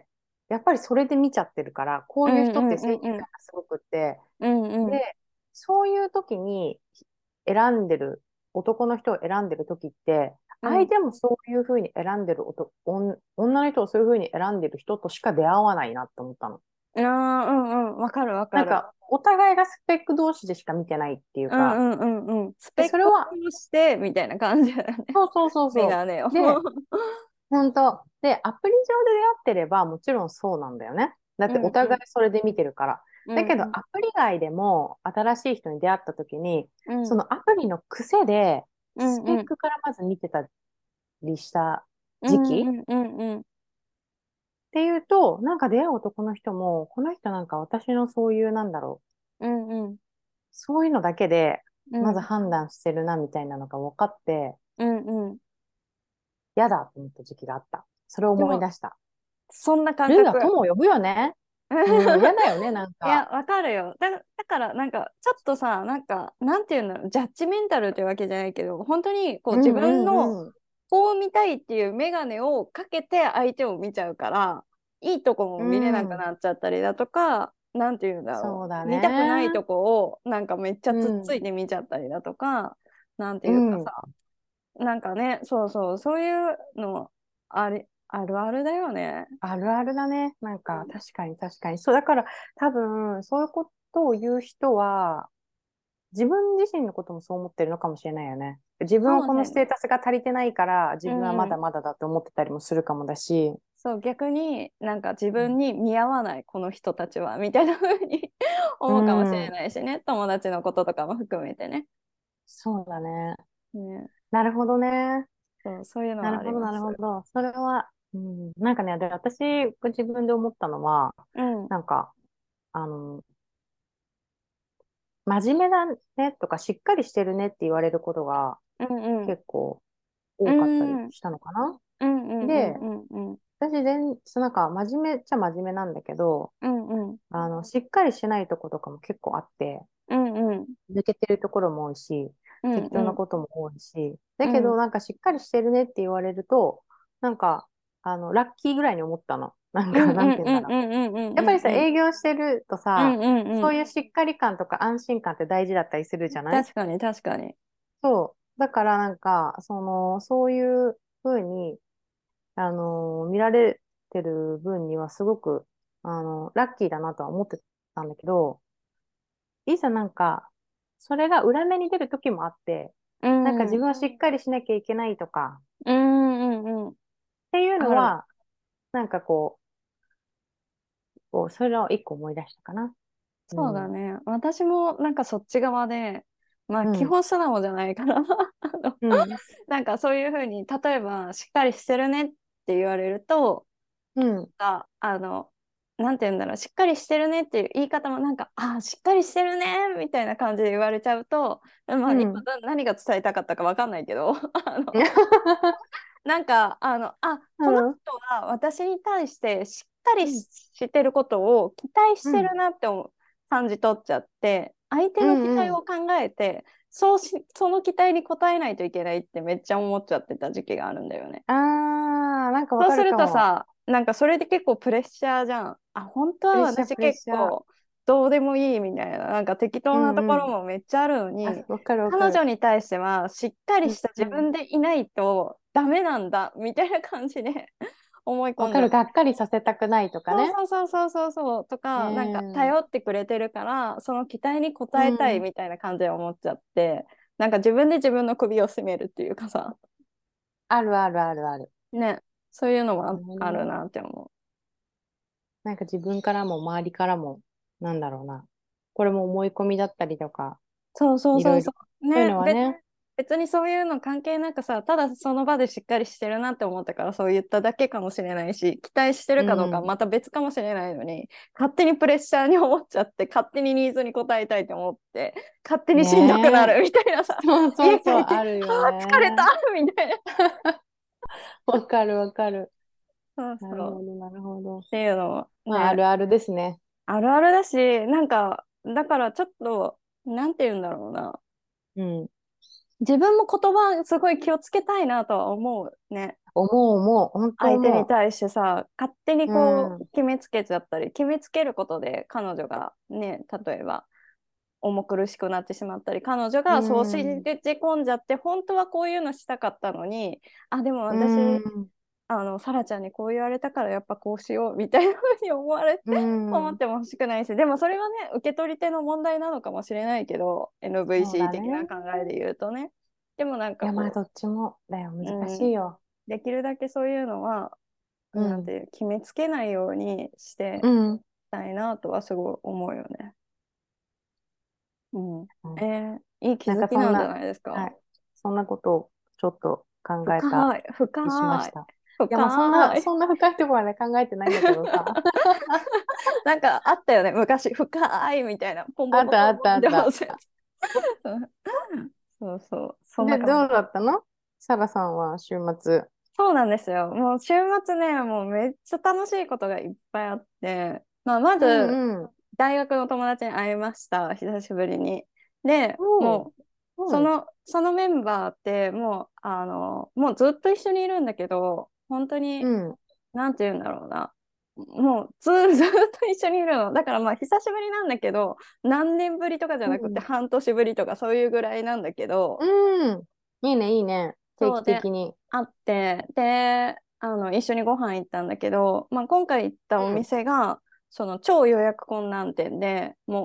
Speaker 1: やっぱりそれで見ちゃってるから、こういう
Speaker 2: うんう
Speaker 1: 人って先入
Speaker 2: んうんうん。
Speaker 1: 観がすごくって、
Speaker 2: うんうん。
Speaker 1: で、そういう時に選んでる、男の人を選んでる時って、
Speaker 2: うん。
Speaker 1: 相手もそういうふうに選んでる男、女女の人をそういうふうに選んでる人としか出会わないなって思ったの。
Speaker 2: ああ、うんうん。わかるわかる。
Speaker 1: なんか、お互いがスペック同士でしか見てないっていうか、
Speaker 2: うんうんうんうん。スペ
Speaker 1: で、
Speaker 2: ックを
Speaker 1: それは、
Speaker 2: 通してみたいな感じだよね。
Speaker 1: そうそうそうそ
Speaker 2: メガネを。
Speaker 1: う。で、本当で、アプリ上で出会ってればもちろんそうなんだよね。だってお
Speaker 2: うんうん
Speaker 1: 互いそれで見てるから。だけど、
Speaker 2: うんうん
Speaker 1: アプリ外でも新しい人に出会った時に、
Speaker 2: うん
Speaker 1: そのアプリの癖で、スペッ
Speaker 2: うんうん
Speaker 1: クからまず見てたりした
Speaker 2: うん
Speaker 1: 時期っ
Speaker 2: うんうん
Speaker 1: ていうと、なんか出会う男の人も、この人なんか私のそういうなんだろう。
Speaker 2: うんうん
Speaker 1: そういうのだけで、まず
Speaker 2: うん
Speaker 1: 判断してるなみたいなのが分かって、
Speaker 2: うんうん。
Speaker 1: 嫌だと思った時期があった。それを
Speaker 2: でも
Speaker 1: 思い出した。
Speaker 2: そんな感
Speaker 1: ルイは
Speaker 2: 覚。
Speaker 1: 友を呼ぶよね。うん、嫌だよね、なん
Speaker 2: いや、
Speaker 1: か。
Speaker 2: わかるよ。だ、だからなんかちょっとさ、なんかなんていうんだろう、ジャッジメンタルってわけじゃないけど、本当にこう自
Speaker 1: うん
Speaker 2: 分の
Speaker 1: うんうん。
Speaker 2: こう見たいっていう眼鏡をかけて相手を見ちゃうから、いいとこも
Speaker 1: う
Speaker 2: 見れなく
Speaker 1: ん。
Speaker 2: なっちゃったりだとか、なんていうんだろ
Speaker 1: そうだ
Speaker 2: う、見たくない
Speaker 1: ね。
Speaker 2: とこをなんかめっちゃ
Speaker 1: う
Speaker 2: つっつい
Speaker 1: ん。
Speaker 2: て見ちゃったりだとか、なんて
Speaker 1: う
Speaker 2: いうか
Speaker 1: ん。
Speaker 2: さ、なんかね、そうそう、そういうのあり、あるあるだよね。
Speaker 1: あるあるだね。なんか、
Speaker 2: うん
Speaker 1: 確かに確かに。そう、だから、多分、そういうことを言う人は、自分自身のこともそう思ってるのかもしれないよね。 自分はこのステー
Speaker 2: かもしれない。
Speaker 1: タスが足りてないから
Speaker 2: う
Speaker 1: 自分はまだ
Speaker 2: んうん。
Speaker 1: まだだと思ってたりもするかもだし。
Speaker 2: そう、逆になんか自分
Speaker 1: う
Speaker 2: に見合わないこの人たちはみたいな風に思うかもしれ
Speaker 1: ん、
Speaker 2: ないしね、友達のこととかも含めてね。
Speaker 1: そうだね。
Speaker 2: ね、
Speaker 1: なるほどね。
Speaker 2: そう、そういうのはあ
Speaker 1: なるほど、なる
Speaker 2: ります。
Speaker 1: ほど。それは、うん、なんかね、で、私が自分で思ったのは、
Speaker 2: うん、うん、
Speaker 1: なんか、あの、真面目だねとか、しっかりしてるねって言われることが
Speaker 2: うん、
Speaker 1: 結構
Speaker 2: う
Speaker 1: 多かったり
Speaker 2: ん、うん、
Speaker 1: したのかな。
Speaker 2: うん、うん、
Speaker 1: で、
Speaker 2: うん、うん、
Speaker 1: 私全、なんか真面目っちゃ真面目なんだけど、
Speaker 2: うん、うん、
Speaker 1: あの、しっかりしないとことかも結構あって、
Speaker 2: うん、
Speaker 1: 抜けてるところも多いし、
Speaker 2: うん、
Speaker 1: 適当な
Speaker 2: うん、
Speaker 1: ことも多いし、だ
Speaker 2: うん、
Speaker 1: けどなんかしっかりしてるねって言われると、なんか、あの、ラッキーぐらいに思ったの。なんか、
Speaker 2: うん、うん、
Speaker 1: なんて言うんだろう。
Speaker 2: うん、うん、うん、
Speaker 1: やっぱりさ、
Speaker 2: うん、
Speaker 1: 営業してるとさ、
Speaker 2: うん、うん、うん、
Speaker 1: そういうしっかり感とか安心感って大事だったりするじゃない？
Speaker 2: 確かに、確かに。
Speaker 1: そう。だからなんか、その、そういうふうに、あの見られてる分にはすごく、あのラッキーだなとは思ってたんだけど、いざなんか、それが裏目に出る時もあって、
Speaker 2: うん、うん、
Speaker 1: なんか自分はしっかりしなきゃいけないとか、
Speaker 2: うん、うん。
Speaker 1: っていうの
Speaker 2: ある。
Speaker 1: は、なんかこう、こうそれを一個思い出したかな。うん。
Speaker 2: そうだね。私もなんかそっち側で、まあ基
Speaker 1: うん。
Speaker 2: 本素直じゃないからあの
Speaker 1: うん。
Speaker 2: なんかそういうふうに、例えばしっかりしてるねって言われると、
Speaker 1: うん。
Speaker 2: あ、あの、なんて言うんだろう、しっかりしてるねっていう言い方もなんか、あ、しっかりしてるねみたいな感じで言われちゃうと、まあ今
Speaker 1: うん。
Speaker 2: な何が伝えたかったかわかんないけど、あの、なんか、あの、あ、この
Speaker 1: うん。
Speaker 2: 人は私に対してしっかり
Speaker 1: うん。
Speaker 2: ししてることを期待し
Speaker 1: うん。
Speaker 2: てるなって思う感じ取っちゃって、相手
Speaker 1: う
Speaker 2: の期待
Speaker 1: ん。うん。
Speaker 2: を考えて、そうし、その期待に応えないといけないってめっちゃ思っちゃってた時期があるんだよね。
Speaker 1: あー、なんかわか
Speaker 2: そうする
Speaker 1: るかも。
Speaker 2: とさ、なんかそれで結構プレッシャーじゃん。あ、本当は
Speaker 1: プレッシャー、
Speaker 2: 私
Speaker 1: プレッシャー。
Speaker 2: 結構どうでもいいみたいな、なんか適
Speaker 1: う
Speaker 2: 当なところ
Speaker 1: んうん。
Speaker 2: もめっちゃあるの
Speaker 1: あ、
Speaker 2: に、
Speaker 1: わかるわか
Speaker 2: 彼女
Speaker 1: る。
Speaker 2: に対してはしっかり
Speaker 1: うん
Speaker 2: した自
Speaker 1: うん。
Speaker 2: 分でいないとダメなんだみたいな感じで思い込んじゃう。
Speaker 1: わかる。がっかりさせたくないとかね。
Speaker 2: そうそうそうそうそうそうと
Speaker 1: う
Speaker 2: か、なんか
Speaker 1: ん。
Speaker 2: 頼ってくれてるから、その期待に応
Speaker 1: う
Speaker 2: えたい
Speaker 1: ん。
Speaker 2: みたいな感じで思っちゃって、なんか自分で自分の首を絞めるっていうかさ、
Speaker 1: あるあるあるある。
Speaker 2: ね、そういうのもあ、
Speaker 1: なるほどね。
Speaker 2: あるなって思
Speaker 1: なんか自分からも周りからも、なんだろうな。これも思い込みだったりとか、
Speaker 2: そうそう
Speaker 1: いろいろ。
Speaker 2: そうそう。
Speaker 1: そういう
Speaker 2: ね、べ、
Speaker 1: のはね。
Speaker 2: 別にそういうの関係なくさ、ただその場でしっかりしてるなって思ったからそう言っただけかもしれないし、期待してるかどうかは
Speaker 1: うん。
Speaker 2: また別かもしれないのに、勝手にプレッシャーに思っちゃって、勝手にニーズに応えたいと思って、勝手にしんどくな
Speaker 1: ねえ。
Speaker 2: るみたいなさ、
Speaker 1: そうそうそう、
Speaker 2: 家帰って、は
Speaker 1: あるよ
Speaker 2: あ、疲れた
Speaker 1: ね。
Speaker 2: みたいな。
Speaker 1: わかるわかる。
Speaker 2: そうそう。っ
Speaker 1: なるほど、なるほど。
Speaker 2: ていうのを
Speaker 1: まあ、あ
Speaker 2: ね、
Speaker 1: るあるですね。
Speaker 2: あるあるだし、なんか、だからちょっと、なんて言うんだろうな。
Speaker 1: うん。
Speaker 2: 自分も言葉すごい気をつけたいなとは思うね。
Speaker 1: 思う思う。本当
Speaker 2: 相手に
Speaker 1: 思
Speaker 2: 対してさ、勝手に
Speaker 1: う。う
Speaker 2: こう
Speaker 1: ん。
Speaker 2: 決めつけちゃったり、決めつけることで彼女がね、例えば重苦しくなってしまったり、彼女
Speaker 1: う
Speaker 2: がそう信
Speaker 1: ん。
Speaker 2: じ込んじゃって、本当はこういうのしたかったのに、あ、でも
Speaker 1: う
Speaker 2: 私、
Speaker 1: ん。
Speaker 2: あの、サラちゃんにこう言われたからやっぱこうしようみたいなふうに思われ、
Speaker 1: うん。
Speaker 2: 思っても欲しくないし、でもそれはね、受け取り手の問題なのかもしれないけど、
Speaker 1: そう
Speaker 2: エヌブイシー
Speaker 1: だね。
Speaker 2: 的な考えで言うとね。でもなん
Speaker 1: いや、まあ、
Speaker 2: かこ
Speaker 1: どっちもだよ。
Speaker 2: う、
Speaker 1: 難
Speaker 2: うん、
Speaker 1: しいよ。
Speaker 2: できるだけそういうのは、
Speaker 1: うん。
Speaker 2: なんていう、決めつけないようにして
Speaker 1: うん。う
Speaker 2: いきたいなとはすごい思うよね。うん。え
Speaker 1: ん。
Speaker 2: ー、いい気
Speaker 1: なん
Speaker 2: づ
Speaker 1: かそんな、
Speaker 2: きなんじゃないですか。
Speaker 1: はい。そんなことをちょっと考えた
Speaker 2: 深い、
Speaker 1: りしま
Speaker 2: 深い、
Speaker 1: した。いや、まあ、そんな、
Speaker 2: 深い。
Speaker 1: そんな深いところまで考えてないんだけどさ。
Speaker 2: なんかあったよね、昔、深いみたいな、ポンポンポン
Speaker 1: あったあっ
Speaker 2: ポンポンって
Speaker 1: たあった。
Speaker 2: 忘れて。そうそう、そんな
Speaker 1: で、
Speaker 2: 感じ。
Speaker 1: どうだったの？サラさんは週末。
Speaker 2: そうなんですよ。もう週末ね、もうめっちゃ楽しいことがいっぱいあって、まあ、ま
Speaker 1: う
Speaker 2: ず、
Speaker 1: んうん。
Speaker 2: 大学の友達に会いました、久しぶりに。で、
Speaker 1: おう。
Speaker 2: もう、そ
Speaker 1: うん。
Speaker 2: の、そのメンバーって、もう、あの、もうずっと一緒にいるんだけど、本当に、
Speaker 1: うん。
Speaker 2: なんて言うんだろうな。もうず、ずっと一緒にいるの。だからまあ、久しぶりなんだけど、何年ぶりとかじゃなくて、
Speaker 1: うん。
Speaker 2: 半年ぶりとかそういうぐらいなんだけど、
Speaker 1: うん。いいね、いいね。定期
Speaker 2: そうで、
Speaker 1: 的に。
Speaker 2: 会って、で、あの、一緒にご飯行ったんだけど、まあ、今回行ったお
Speaker 1: うん。
Speaker 2: 店が、その超予約困難店で、も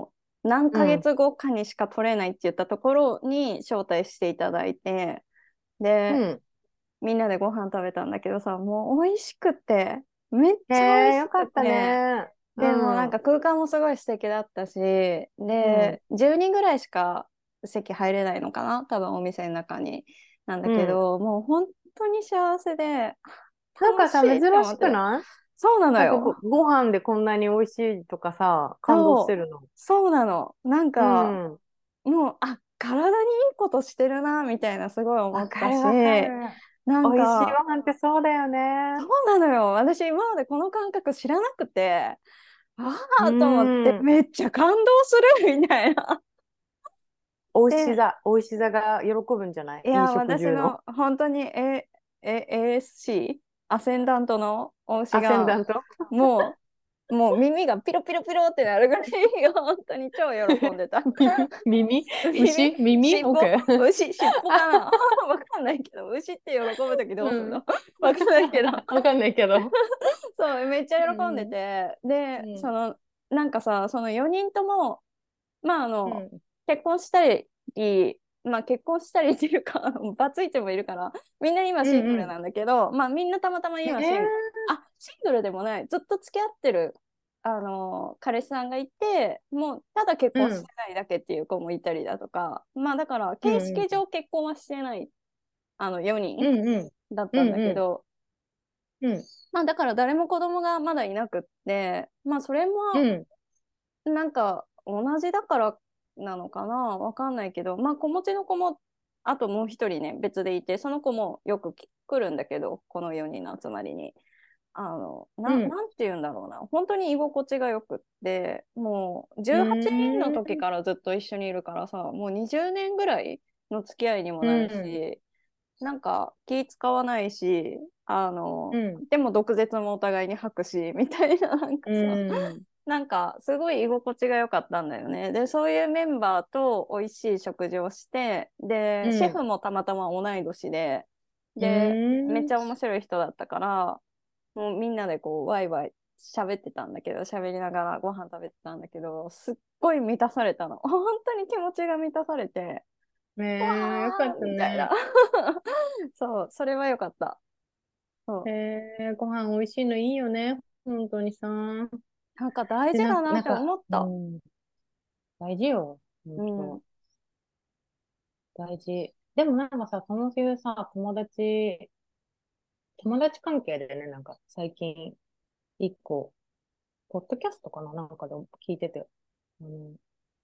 Speaker 2: 何ヶ
Speaker 1: うん。
Speaker 2: 月後かにしか取れないって言ったところに招待していただいて、で、
Speaker 1: うん。
Speaker 2: みんなでご飯食べたんだけどさ、もう美味しくて、めっ
Speaker 1: へ
Speaker 2: ちゃ美味
Speaker 1: え、
Speaker 2: しく
Speaker 1: よかった
Speaker 2: て、
Speaker 1: ね。う
Speaker 2: でもうなん
Speaker 1: ん。
Speaker 2: か空間もすごい素敵だったし、
Speaker 1: うん。
Speaker 2: で、じゅうにんぐらいしか席入れないのかな、多分お店の中に。なんだ
Speaker 1: うん。
Speaker 2: けど、もう本当に幸せで、
Speaker 1: なんかさ、珍
Speaker 2: 楽しいって思って。
Speaker 1: しくない？
Speaker 2: そうなの
Speaker 1: なんかご、
Speaker 2: よ。
Speaker 1: ご飯でこんなに美味しいとかさ、感動し
Speaker 2: そう、
Speaker 1: てるの。
Speaker 2: そうなの。なん
Speaker 1: う
Speaker 2: か、
Speaker 1: ん。
Speaker 2: もう、あ、体にいいことしてるな、みたいなすごい思
Speaker 1: わ
Speaker 2: ったし、
Speaker 1: かるわかる。
Speaker 2: なん
Speaker 1: 美味しい
Speaker 2: か、
Speaker 1: ご飯ってそうだよね。
Speaker 2: そうなのよ。私今までこの感覚知らなくて、あ
Speaker 1: う
Speaker 2: あと思って、
Speaker 1: ん。
Speaker 2: めっちゃ感動するみたいな。
Speaker 1: 美味し
Speaker 2: で、
Speaker 1: さ、美味しさが喜ぶんじゃない？飲
Speaker 2: いや、
Speaker 1: 食住の。
Speaker 2: 私の本当に、え、え、エーエスシー、アセンダントの推し
Speaker 1: アセン
Speaker 2: が、
Speaker 1: ダント。
Speaker 2: もう、もう耳がピロピロピロってなるぐらい、本当に超喜んでた。
Speaker 1: 耳
Speaker 2: 耳、
Speaker 1: 牛耳
Speaker 2: 尻尾、
Speaker 1: ?OK。
Speaker 2: 牛、尻尾かな。わかんないけど、牛って喜ぶときどうすん
Speaker 1: うん。
Speaker 2: の？わかんないけど。
Speaker 1: わかんないけど。
Speaker 2: そう、めっちゃ
Speaker 1: う
Speaker 2: 喜んで
Speaker 1: ん。
Speaker 2: て、で、
Speaker 1: うん。
Speaker 2: その、なんかさ、そのよにんとも、まあ、あの、
Speaker 1: うん。
Speaker 2: 結婚したり、まあ、結婚したりっていうか、あのバツイチもいるから、みんな今
Speaker 1: うんうん。
Speaker 2: シングルなんだけど、まあ、みんなたまたま
Speaker 1: え
Speaker 2: 今シングル、
Speaker 1: ー、
Speaker 2: あ、シングルでもない、ずっと付き合ってる、あの、彼氏さんがいて、もう、ただ結婚して
Speaker 1: うん。
Speaker 2: ないだけっていう子もいたりだとか、まあ、だから、形
Speaker 1: うんうん。
Speaker 2: 式上結婚はしてない、あの、4
Speaker 1: う
Speaker 2: 人
Speaker 1: んうん。
Speaker 2: だったん
Speaker 1: うんうん。
Speaker 2: だけど、
Speaker 1: うん。
Speaker 2: まあ、だから誰も子供がまだいなくって、まあ、それも、
Speaker 1: うん。
Speaker 2: なんか同じだからなのかな、わかんないけど、まあ子持ちの子もあともう一人ね別でいて、その子もよくき来るんだけど、このよにんの集まりに、あのな、
Speaker 1: うん。
Speaker 2: なんて言うんだろうな、本当に居心地がよくって、もう
Speaker 1: う
Speaker 2: じゅうはちにんの時
Speaker 1: ーん。
Speaker 2: からずっと一緒にいるからさ、もうにじゅうねんぐらいの付き合いにも
Speaker 1: う
Speaker 2: なる
Speaker 1: ん。
Speaker 2: し、なんか気使わないし、あの
Speaker 1: うん。
Speaker 2: でも毒舌もお互いに吐くしみたいな、なんか
Speaker 1: う
Speaker 2: さ、
Speaker 1: ん。
Speaker 2: なんかすごい居心地が良かったんだよね。で、そういうメンバーと美味しい食事をして、で、シェ
Speaker 1: うん。
Speaker 2: フもたまたま同い年で、
Speaker 1: う
Speaker 2: で、めっ
Speaker 1: ーん。
Speaker 2: ちゃ面白い人だったから、もうみんなでこうワイワイ喋ってたんだけど、喋りながらご飯食べてたんだけど、すっごい満たされたの。本当に気持ちが満たされて、
Speaker 1: え
Speaker 2: わ
Speaker 1: ー、よかっ
Speaker 2: ーみたいな。
Speaker 1: たね。
Speaker 2: そう、それは良かった。そ
Speaker 1: えー、ご飯美味しいのいいよね。本当にさ。
Speaker 2: う。なんか大
Speaker 1: で、なんか、
Speaker 2: 事だなって
Speaker 1: なんか、
Speaker 2: 思った。
Speaker 1: うん、大事よ。
Speaker 2: うん。
Speaker 1: 本当、大事。でもなんかさ、そのいうさ、友達、友達関係でね、なんか最近、一個、ポッドキャストかななんかで聞いてて、あの、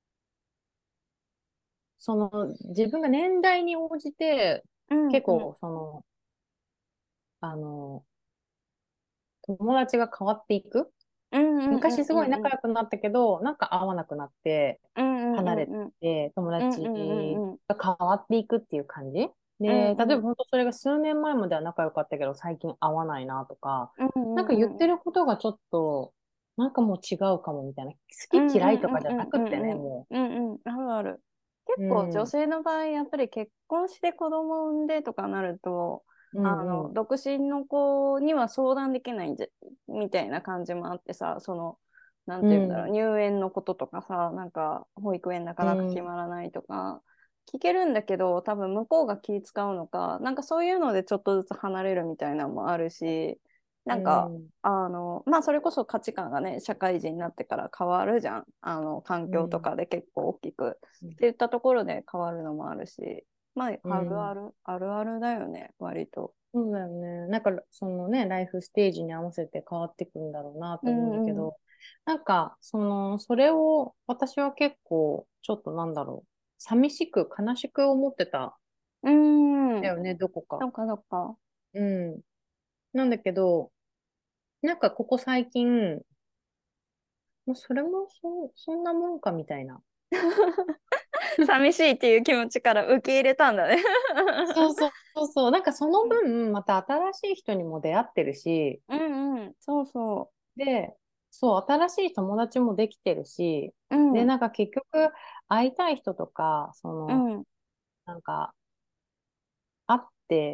Speaker 1: その、自分が年代に応じて、
Speaker 2: うんうん。
Speaker 1: 結構、その、あの、友達が変わっていく。
Speaker 2: うんうんうん
Speaker 1: 昔すごい
Speaker 2: うんうん。
Speaker 1: 仲良くなったけど、なんか会わなくなって、
Speaker 2: うんうん
Speaker 1: 離れ
Speaker 2: うんうん。
Speaker 1: て、友
Speaker 2: うんう
Speaker 1: 達
Speaker 2: んうんうん。
Speaker 1: が変わっていくっていう感じで、例え
Speaker 2: うんうん。
Speaker 1: ば本当それが数年前までは仲良かったけど、最近会わないなとか、
Speaker 2: うんう
Speaker 1: なんか言って
Speaker 2: んうん。
Speaker 1: ることがちょっと、なんかもう違うかもみたいな。好
Speaker 2: うんう
Speaker 1: き嫌い
Speaker 2: んうん
Speaker 1: とかじゃなくってね、
Speaker 2: うんうん
Speaker 1: も
Speaker 2: うんうん。あるある。結
Speaker 1: う。う
Speaker 2: 構女
Speaker 1: ん。
Speaker 2: 性の場合、やっぱり結婚して子供を産んでとかなると、
Speaker 1: う
Speaker 2: あの、
Speaker 1: んうん。
Speaker 2: 独身の子には相談できないんじゃ、みたいな感じもあってさ、その、なん
Speaker 1: う
Speaker 2: て言うんだろう、
Speaker 1: ん。
Speaker 2: 入園のこととかさ、なんか保育園なかなか決
Speaker 1: うん。
Speaker 2: まらないとか、聞けるんだけど、多分向こうが気使うのか、なんかそういうのでちょっとずつ離れるみたいなのもあるし、
Speaker 1: う
Speaker 2: なんか、
Speaker 1: ん。
Speaker 2: あの、まあ、それこそ価値観がね、社会人になってから変わるじゃん。あの、環境と
Speaker 1: うん。
Speaker 2: かで結構大きく。
Speaker 1: うん。
Speaker 2: って言ったところで変わるのもあるし、まあ、あるあ
Speaker 1: うん。
Speaker 2: る、あるあるだよね、割と。
Speaker 1: そうだよね。なんか、そのね、ライフステージに合わせて変わっていくんだろうな
Speaker 2: う
Speaker 1: と思うんだけ
Speaker 2: んうん。
Speaker 1: ど、なんか、その、それを私は結構、ちょっとなんだろう、寂しく、悲しく思ってたん
Speaker 2: うーん。
Speaker 1: だよね、どこか。
Speaker 2: そっかそっか。
Speaker 1: うん。なんだけど、なんかここ最近、もうそれもそ、そんなもんかみたいな。
Speaker 2: 寂しいっていう気持ちから受け入れたんだね。
Speaker 1: そうそうそうそう。なんかその分、また新しい人にも出会ってるし、
Speaker 2: うんうん。そうそ
Speaker 1: で、そう、新しい友達もできてるし、
Speaker 2: う。う
Speaker 1: で、
Speaker 2: ん。
Speaker 1: なんか結局、会いたい人とか、その、
Speaker 2: うん。
Speaker 1: なんか、会って、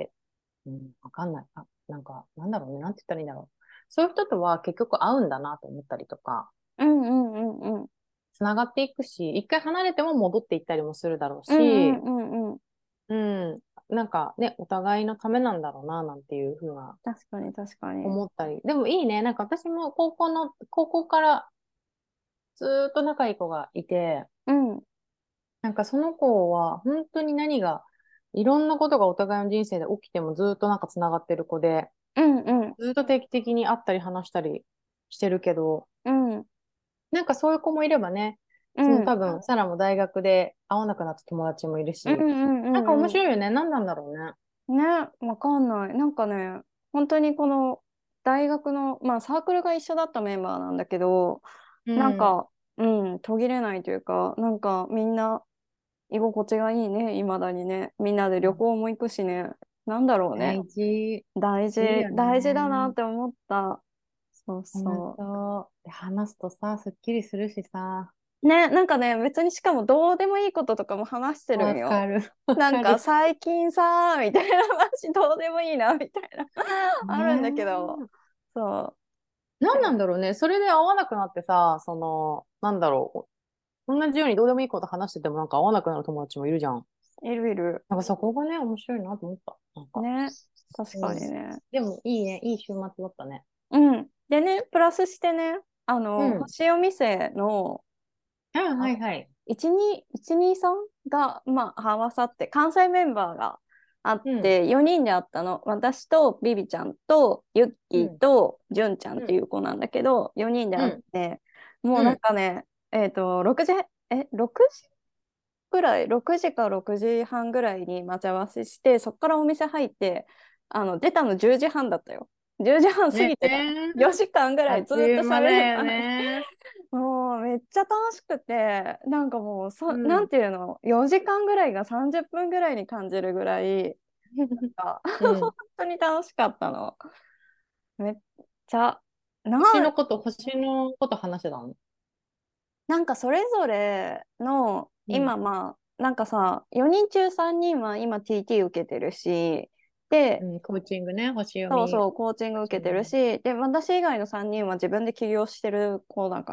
Speaker 1: うん、わかんない。あ、なんか、なんだろうね、なんて言ったらいいんだろう。そういう人とは結局会うんだなと思ったりとか
Speaker 2: うんうんうんうん。
Speaker 1: つながっていくし、一回離れても戻っていったりもするだろう
Speaker 2: うんう
Speaker 1: し、
Speaker 2: んうんうん。
Speaker 1: うん、なんかね、お互いのためなんだろうな、なんていうふうな
Speaker 2: 確かに確かに。
Speaker 1: 思ったり。でもいいね。なんか私も高校の、高校からずーっと仲いい子がいて、
Speaker 2: うん。
Speaker 1: なんかその子は本当に何が、いろんなことがお互いの人生で起きてもずーっとなんかつながってる子で、
Speaker 2: うんうん。
Speaker 1: ずーっと定期的に会ったり話したりしてるけど、
Speaker 2: うん。
Speaker 1: なんかそういう子もいればね、
Speaker 2: うん。
Speaker 1: その多分、サラも大学で会わなくなった友達もいる
Speaker 2: うん
Speaker 1: し、
Speaker 2: うん
Speaker 1: なんか面
Speaker 2: うんうん。
Speaker 1: 白いよね。何なんだろうね。
Speaker 2: ね、わかんない。なんかね、本当にこの大学の、まあサークルが一緒だったメンバーなんだけど、
Speaker 1: うん。
Speaker 2: なんか、うん、途切れないというか、なんかみんな居心地がいいね、いまだにね。みんなで旅行も行くしね。なんだろうね。
Speaker 1: 大事。
Speaker 2: 大事、
Speaker 1: いいよ
Speaker 2: 大事だなっ
Speaker 1: ね。
Speaker 2: て思った。そう
Speaker 1: 本
Speaker 2: そ
Speaker 1: 当。で話すとさ、すっきりするしさ。
Speaker 2: う。ね、なんかね、別にしかもどうでもいいこととかも話してるんよ。
Speaker 1: わかる。わ
Speaker 2: なん
Speaker 1: かる。
Speaker 2: か最近さ、みたいな話どうでもいいな、みたいなあるんだけど、
Speaker 1: ねえ。
Speaker 2: そう。
Speaker 1: 何
Speaker 2: でも、
Speaker 1: なんだろうね。それで会わなくなってさ、その、なんだろう。同じようにどうでもいいこと話しててもなんか会わなくなる友達もいるじゃん。
Speaker 2: いるいる。
Speaker 1: なんかそこがね、面白いなと思った。なんか。
Speaker 2: ね。確か
Speaker 1: うん。
Speaker 2: にね。
Speaker 1: でもいいね。いい週末だったね。
Speaker 2: うん。でね、プラスしてね、あの、
Speaker 1: うん。
Speaker 2: 星読み生の、
Speaker 1: あ、
Speaker 2: あ
Speaker 1: はいはい。
Speaker 2: いち、に、いち、に、さんが、まあ、合わさって、関西メンバーがあっ
Speaker 1: うん。
Speaker 2: て、よにんで会ったの。私とビビちゃんと、ユッキー
Speaker 1: うん。
Speaker 2: と、ジュンちゃんっ
Speaker 1: うん。
Speaker 2: ていう子なんだけど、よにんで会っ
Speaker 1: うん。
Speaker 2: て、もうなん
Speaker 1: うん。
Speaker 2: かね、えっと、ろくじ、え、ろくじぐらい、ろくじかろくじはんぐらいに待ち合わせして、そこからお店入って、あの、出たのじゅうじはんだったよ。じゅうじはん過
Speaker 1: ね
Speaker 2: ぎてた。
Speaker 1: え。
Speaker 2: よじかんぐら
Speaker 1: あっと
Speaker 2: いずっと
Speaker 1: いう間だよ
Speaker 2: 喋れた。
Speaker 1: ね。
Speaker 2: もうめっちゃ楽しくて、なんかもう
Speaker 1: う
Speaker 2: そ、なん
Speaker 1: ん。
Speaker 2: ていうの、よじかんぐらいがさんじゅっぷんぐらいに感じるぐらい、あ
Speaker 1: う
Speaker 2: 本
Speaker 1: ん。
Speaker 2: 当に楽しかったの。めっちゃ、な、
Speaker 1: 星のこと、星のこと話してたの？
Speaker 2: なんかそれぞれの、
Speaker 1: うん。
Speaker 2: 今まあ、なんかさ、よにん中さんにんは今 ティーティー 受けてるし、で、
Speaker 1: うん、コーチングね、星読み。
Speaker 2: そうそう、コーチング受けてる
Speaker 1: 星読み。
Speaker 2: し、で、私以外のさんにんは自分で起業してる子だから、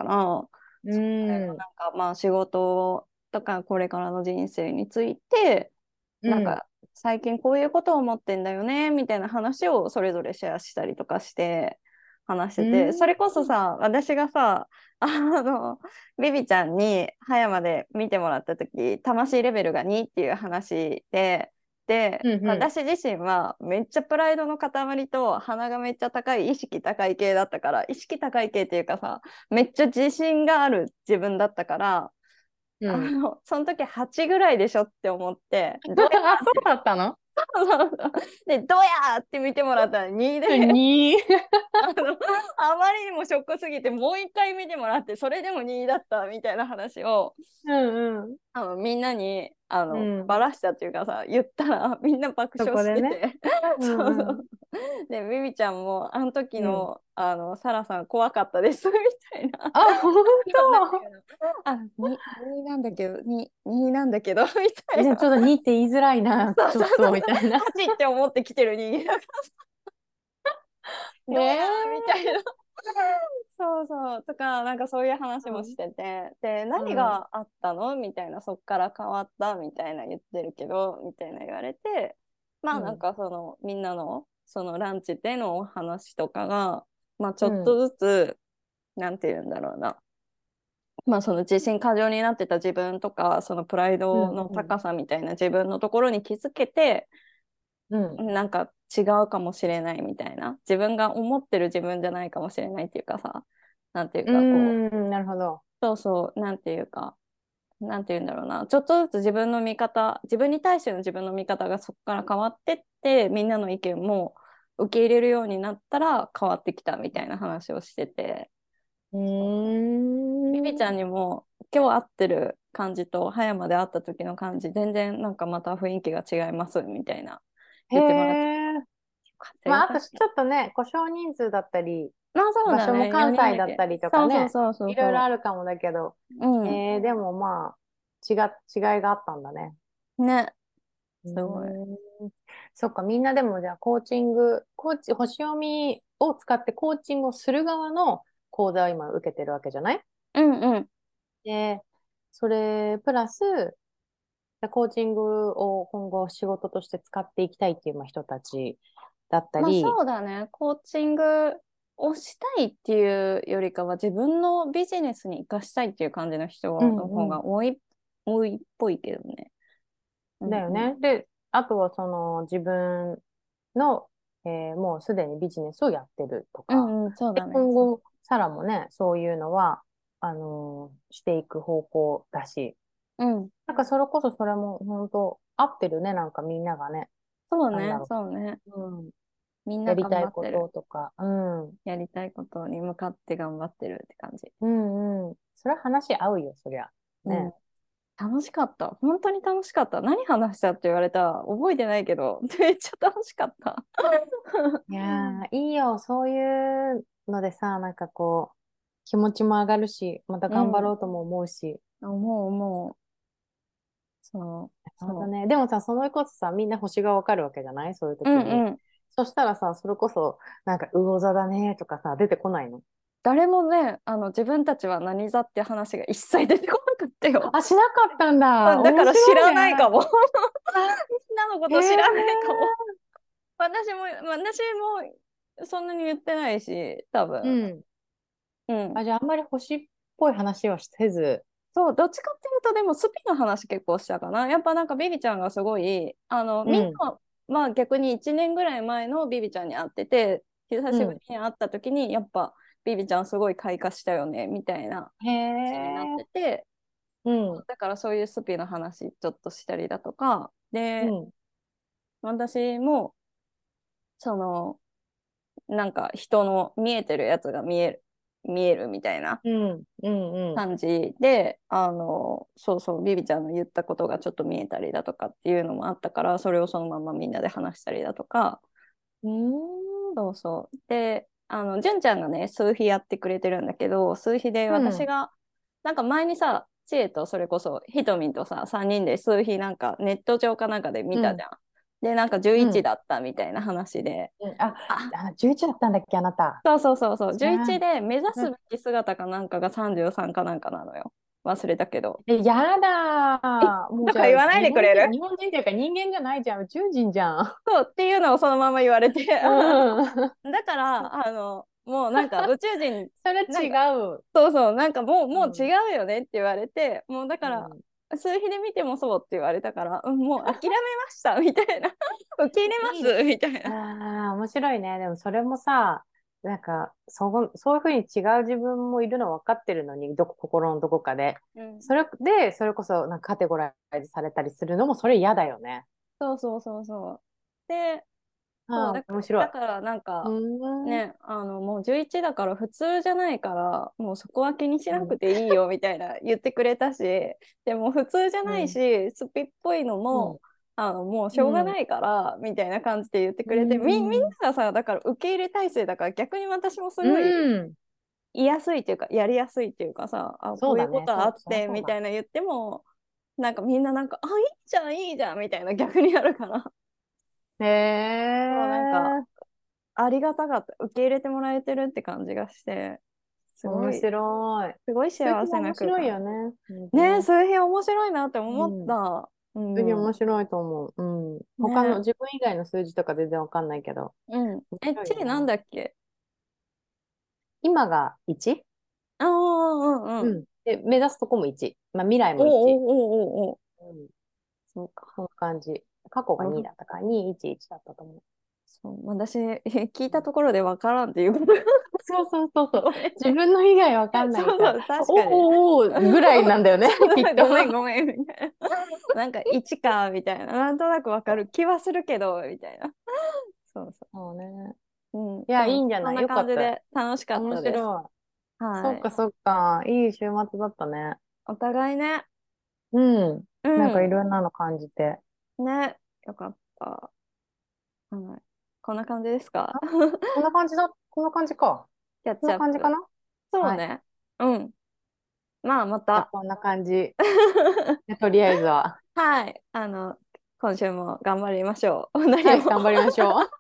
Speaker 1: う
Speaker 2: それの
Speaker 1: ん。
Speaker 2: なんかまあ仕事とかこれからの人生について、
Speaker 1: うん。
Speaker 2: なんか最近こういうことを思ってんだよねみたいな話をそれぞれシェアしたりとかして話し
Speaker 1: う
Speaker 2: てて、それこそ
Speaker 1: ん。
Speaker 2: さ、私がさ、あのビビちゃんに葉山で見てもらった時、魂レベルがにっていう話で、で
Speaker 1: うん。うん。
Speaker 2: 私自身はめっちゃプライドの塊と鼻がめっちゃ高い、意識高い系だったから、意識高い系っていうかさ、めっちゃ自信がある自分だったから、
Speaker 1: うん。
Speaker 2: あのその時はちぐらいでしょって思って、どうや
Speaker 1: あ、そうだったの？
Speaker 2: そうそうそう。で、どうやって見てもらったらにで、
Speaker 1: に。
Speaker 2: あの、あまりにもショックすぎて、もう一回見てもらって、それでもにだったみたいな話を、
Speaker 1: うんうん。
Speaker 2: あの、みんなに、あの、
Speaker 1: うん。
Speaker 2: ばらしたっていうかさ、言ったら、みんな爆
Speaker 1: そ
Speaker 2: 笑
Speaker 1: こでね。
Speaker 2: してて。
Speaker 1: う
Speaker 2: そうそ
Speaker 1: んうん。
Speaker 2: う。で、ミミちゃんも、あの時
Speaker 1: うん。
Speaker 2: の、あの、サラさん怖かったです、みたいな。
Speaker 1: あ、本
Speaker 2: なんていう
Speaker 1: 当？
Speaker 2: の、あ、に、になんだけど、に、になんだけど、みたい
Speaker 1: じゃあちょっと
Speaker 2: な。
Speaker 1: にって言いづらいな、
Speaker 2: そう
Speaker 1: ちょっと、
Speaker 2: そうそうそう。
Speaker 1: みたいな。
Speaker 2: はちって思ってきてる人間だから、どうやーみた
Speaker 1: ええ
Speaker 2: いな。そうそう。とか、なんかそういう話もし
Speaker 1: ー。
Speaker 2: てて、で、
Speaker 1: うん。うん。
Speaker 2: 何があったのみたいな、そっから変わったみたいな言ってるけど、みたいな言われて、まあなん
Speaker 1: うん。
Speaker 2: かその、みんなの、そのランチでのお話とかが、まあちょ
Speaker 1: うん。
Speaker 2: っとずつ、なんて言うんだろうな。まあその自信過剰になってた自分とか、そのプライ
Speaker 1: うん。
Speaker 2: ドの
Speaker 1: うん。
Speaker 2: 高さみたいな自分のところに気づけて、
Speaker 1: うん。
Speaker 2: なんか違うかもしれないみたいな。自分が思ってる自分じゃないかもしれないっていうかさ、なんていう
Speaker 1: う
Speaker 2: かこう、
Speaker 1: ーん、なるほど。
Speaker 2: そうそう、なんていうか、なんていうんだろうな、ちょっとずつ自分の見方、自分に対しての自分の見方がそこから変わってって、みんなの意見も受け入れるようになったら変わってきたみたいな話をしてて、
Speaker 1: う
Speaker 2: そうそう。ビビちゃん
Speaker 1: ーん。
Speaker 2: にも今日会ってる感じと葉山で会った時の感じ、全然なんかまた雰囲気が違いますみたいな
Speaker 1: へ
Speaker 2: 言ってもらって、よ
Speaker 1: え。
Speaker 2: かった
Speaker 1: まあ、
Speaker 2: よかった。
Speaker 1: あとちょっとね、故障人数だったり、
Speaker 2: まあそう
Speaker 1: 場所も
Speaker 2: だね、4
Speaker 1: 関
Speaker 2: 人だけ。
Speaker 1: 西だったりとか
Speaker 2: そうそう
Speaker 1: ね、
Speaker 2: そうそう
Speaker 1: いろいろ
Speaker 2: そ
Speaker 1: あるかもだけど、
Speaker 2: う。うん。
Speaker 1: えー、でもまあ、違っ、違いがあったんだね。
Speaker 2: ね、
Speaker 1: う
Speaker 2: すごい。
Speaker 1: ーん。そっか、みんなでもじゃあ、コーチング、コーチ、星読みを使ってコーチングをする側の講座を今受けてるわけじゃない？
Speaker 2: うんうん。
Speaker 1: で、それプラス、コーチングを今後仕事として使っていきたいっていうまあ人たちだった
Speaker 2: まあ
Speaker 1: り、
Speaker 2: そうだね。コーチングをしたいっていうよりかは自分のビジネスに生かしたいっていう感じの人
Speaker 1: う
Speaker 2: の方
Speaker 1: んうん。
Speaker 2: が多い、多いっぽいけどね。うんうん。
Speaker 1: だよね。で、あとはその自分の、えーもうすでにビジネスをやってるとか、
Speaker 2: うんうん、そう
Speaker 1: で、
Speaker 2: だね。そう。
Speaker 1: 今後、サラもね、そういうのは、あのーしていく方向だし、
Speaker 2: うん。
Speaker 1: なんかそれこそそれも本当合ってるね、なんかみんながね、
Speaker 2: そうね。
Speaker 1: なんだろ
Speaker 2: そうね。
Speaker 1: う。うん。
Speaker 2: みんな頑
Speaker 1: やりたいこ
Speaker 2: 張ってる。
Speaker 1: ととか、うん。うん
Speaker 2: やりたいことに向かって頑張ってるって感じ。
Speaker 1: うん。それは話合うよ、そりゃ。
Speaker 2: うん。
Speaker 1: ね。
Speaker 2: 楽しかった。本当に楽しかった。何話したって言われた。覚えてないけど、めっちゃ楽しかった。
Speaker 1: いやー、いいよ、そういうのでさ、なんかこう、気持ちも上がるし、また
Speaker 2: うん。
Speaker 1: 頑張ろうとも思うし。
Speaker 2: 思う思う。そう、そ
Speaker 1: なるほどね。でもさ、そのこそさ、みんな星がわかるわけじゃないそういう
Speaker 2: う。う
Speaker 1: 時に。
Speaker 2: んうん。
Speaker 1: そしたらさ、それこそ、なんか、魚座だねとかさ、出てこないの？
Speaker 2: 誰もね、あの、自分たちは何座って話が一切出てこなかったよ。
Speaker 1: あ、しなかったんだ。
Speaker 2: うん、だから知
Speaker 1: 面白いね。
Speaker 2: らないかも。みんなのこ
Speaker 1: へえ。
Speaker 2: と知らないかも。私も、私もそんなに言ってないし、多分。
Speaker 1: うん。
Speaker 2: うん。
Speaker 1: あ、じゃあ、あんまり星っぽい話はせず。
Speaker 2: そう、どっちかっていうと、でもスピの話結構したかな。やっぱなんかビビちゃんがすごい、あの、みん
Speaker 1: うん。
Speaker 2: な、まあ逆にいちねんぐらい前のビビちゃんに会ってて、久しぶり
Speaker 1: うん。
Speaker 2: に会った時に、やっぱビビちゃんすごい開花したよね、みたいな感
Speaker 1: へ
Speaker 2: じになって
Speaker 1: え。
Speaker 2: て、
Speaker 1: うん。
Speaker 2: だからそういうスピの話ちょっとしたりだとか、で、
Speaker 1: うん。
Speaker 2: 私も、その、なんか人の見えてるやつが見える、見えるみたいな
Speaker 1: うん。うん。うん。
Speaker 2: 感じで、あの、そうそう、ビビちゃんの言ったことがちょっと見えたりだとかっていうのもあったから、それをそのままみんなで話したりだとか、
Speaker 1: うーん。
Speaker 2: そうそう。で、あの、純ちゃんがね、数比やってくれてるんだけど、数比で
Speaker 1: うん。
Speaker 2: 私が、なんか前にさ、知恵とそれこそひとみんとさ、さんにんで数比なんかネット上かなんかで見
Speaker 1: うん。
Speaker 2: たじゃん。で、なんかじゅういち
Speaker 1: うん。
Speaker 2: だったみたいな話で、
Speaker 1: うん。あ、
Speaker 2: あ、
Speaker 1: あ、じゅういちだったんだっけ、あなた。
Speaker 2: そうそうそうそう、
Speaker 1: じゃあ、
Speaker 2: じゅういちで目指す
Speaker 1: うん。
Speaker 2: べき姿かなんかがさんじゅうさんかなんかなのよ。忘れたけど。
Speaker 1: え、やだ
Speaker 2: え
Speaker 1: ー。もうじゃあ、
Speaker 2: とか言わない
Speaker 1: 日本人、
Speaker 2: でくれる？
Speaker 1: 日本人っていうか人間じゃないじゃん。宇宙人じゃん。
Speaker 2: そうっていうのをそのまま言われて
Speaker 1: うん。
Speaker 2: だからあのもうなんか宇宙人
Speaker 1: それ違
Speaker 2: なんか
Speaker 1: う。
Speaker 2: そうそうなんかもうもう違
Speaker 1: うん。
Speaker 2: うよねって言われてもうだから
Speaker 1: うん。
Speaker 2: 数比で見てもそうって言われたから、うん、もう諦めましたみたいな受け入れま
Speaker 1: いいね。
Speaker 2: すみたいな。
Speaker 1: ああ、面白いね。でもそれもさ、なんか、そこ、そういうふうに違う自分もいるの分かってるのに、どこ、心のどこかで。
Speaker 2: うん、
Speaker 1: それで、それこそ、なんかカテゴライズされたりするのも、それ嫌だよね。
Speaker 2: そうそうそうそうでそう
Speaker 1: ああ、
Speaker 2: だか、
Speaker 1: 面白い。
Speaker 2: だからなん
Speaker 1: う
Speaker 2: か
Speaker 1: ーん。
Speaker 2: ね、あのもうじゅういちだから普通じゃないからもうそこは気にし
Speaker 1: うん。
Speaker 2: なくていいよみたいな言ってくれたし、でも普通じゃない
Speaker 1: うん。
Speaker 2: しスピっぽいの
Speaker 1: うん。
Speaker 2: もあのもうし
Speaker 1: う
Speaker 2: ょうが
Speaker 1: ん。
Speaker 2: ないからみたいな感じで言って
Speaker 1: う
Speaker 2: くれて、み、みん
Speaker 1: ん。
Speaker 2: ながさだから受け入れ体制だから逆に私もす
Speaker 1: う
Speaker 2: ごい
Speaker 1: ん。
Speaker 2: 言いやすいっていうかやりやすいっていうかさ、あこ
Speaker 1: そうだね。
Speaker 2: ういうことあ
Speaker 1: そう、
Speaker 2: ってみ
Speaker 1: そりゃそうだ。
Speaker 2: たいな言ってもなんかみんななんかあいいじゃんいいじゃんみたいな逆になるから
Speaker 1: へ
Speaker 2: そうなんか
Speaker 1: え、
Speaker 2: ありがたかった。受け入れてもらえてるって感じがして、すご
Speaker 1: 面
Speaker 2: い、
Speaker 1: 白い。
Speaker 2: すごい
Speaker 1: 数
Speaker 2: 幸せ
Speaker 1: 比も面
Speaker 2: な空間。
Speaker 1: 白いよね。本当
Speaker 2: ねえ、
Speaker 1: ね。
Speaker 2: そういう日面白いなって思っ
Speaker 1: うん。
Speaker 2: た。う
Speaker 1: 数比面
Speaker 2: ん。
Speaker 1: 白いと思う。うん。他の
Speaker 2: ね
Speaker 1: 自分以外の数字とか全然わかんないけど。
Speaker 2: え、うん。
Speaker 1: 面
Speaker 2: え、
Speaker 1: 白いよね。
Speaker 2: チリなんだっけ？
Speaker 1: 今が いち？
Speaker 2: ああ、うんうん。
Speaker 1: うん。で、目指すとこもいち。まあ、未来も
Speaker 2: おお
Speaker 1: いち。
Speaker 2: おおおお。
Speaker 1: うん。
Speaker 2: そうか。
Speaker 1: そんな感じ。過去がに
Speaker 2: うん、
Speaker 1: だったから、に、いち、いちだったと思う。
Speaker 2: そう、私、聞い
Speaker 1: うん。
Speaker 2: たところでわからんっていうことが
Speaker 1: そうそうそうそう。
Speaker 2: ごめんね。
Speaker 1: 自分の以外わかんないから、
Speaker 2: そうそう、確かに。
Speaker 1: おーおーぐらいなんだよね、
Speaker 2: そう
Speaker 1: きっと。
Speaker 2: ごめんごめんみたいな。なんかいちかみたいな。なんとなくわかる気はするけど、みたいな。そうそ
Speaker 1: そうね。
Speaker 2: う。うん。
Speaker 1: いや、
Speaker 2: でも、
Speaker 1: いいんじゃ
Speaker 2: そんな
Speaker 1: ないよかった。
Speaker 2: 感じで楽しかっ
Speaker 1: 面
Speaker 2: たです。
Speaker 1: 白い。そ
Speaker 2: はい。
Speaker 1: っかそっか。いい週末だったね。
Speaker 2: お互いね。
Speaker 1: うん。
Speaker 2: う
Speaker 1: なんかい
Speaker 2: ん。
Speaker 1: ろんなの感じて。
Speaker 2: ね。よかった。はい。こんな感じですか？
Speaker 1: あ、こんな感じだ。こんな感じか。
Speaker 2: キャッ
Speaker 1: こんな
Speaker 2: チアップ。
Speaker 1: 感じかな。はい。
Speaker 2: そうね。うん。まあ、ま
Speaker 1: じゃあ、
Speaker 2: た。
Speaker 1: こんな感じ。でとりあえずは。
Speaker 2: はい。あの、今週も頑張りましょう。何
Speaker 1: はい、
Speaker 2: も
Speaker 1: 頑張りましょう。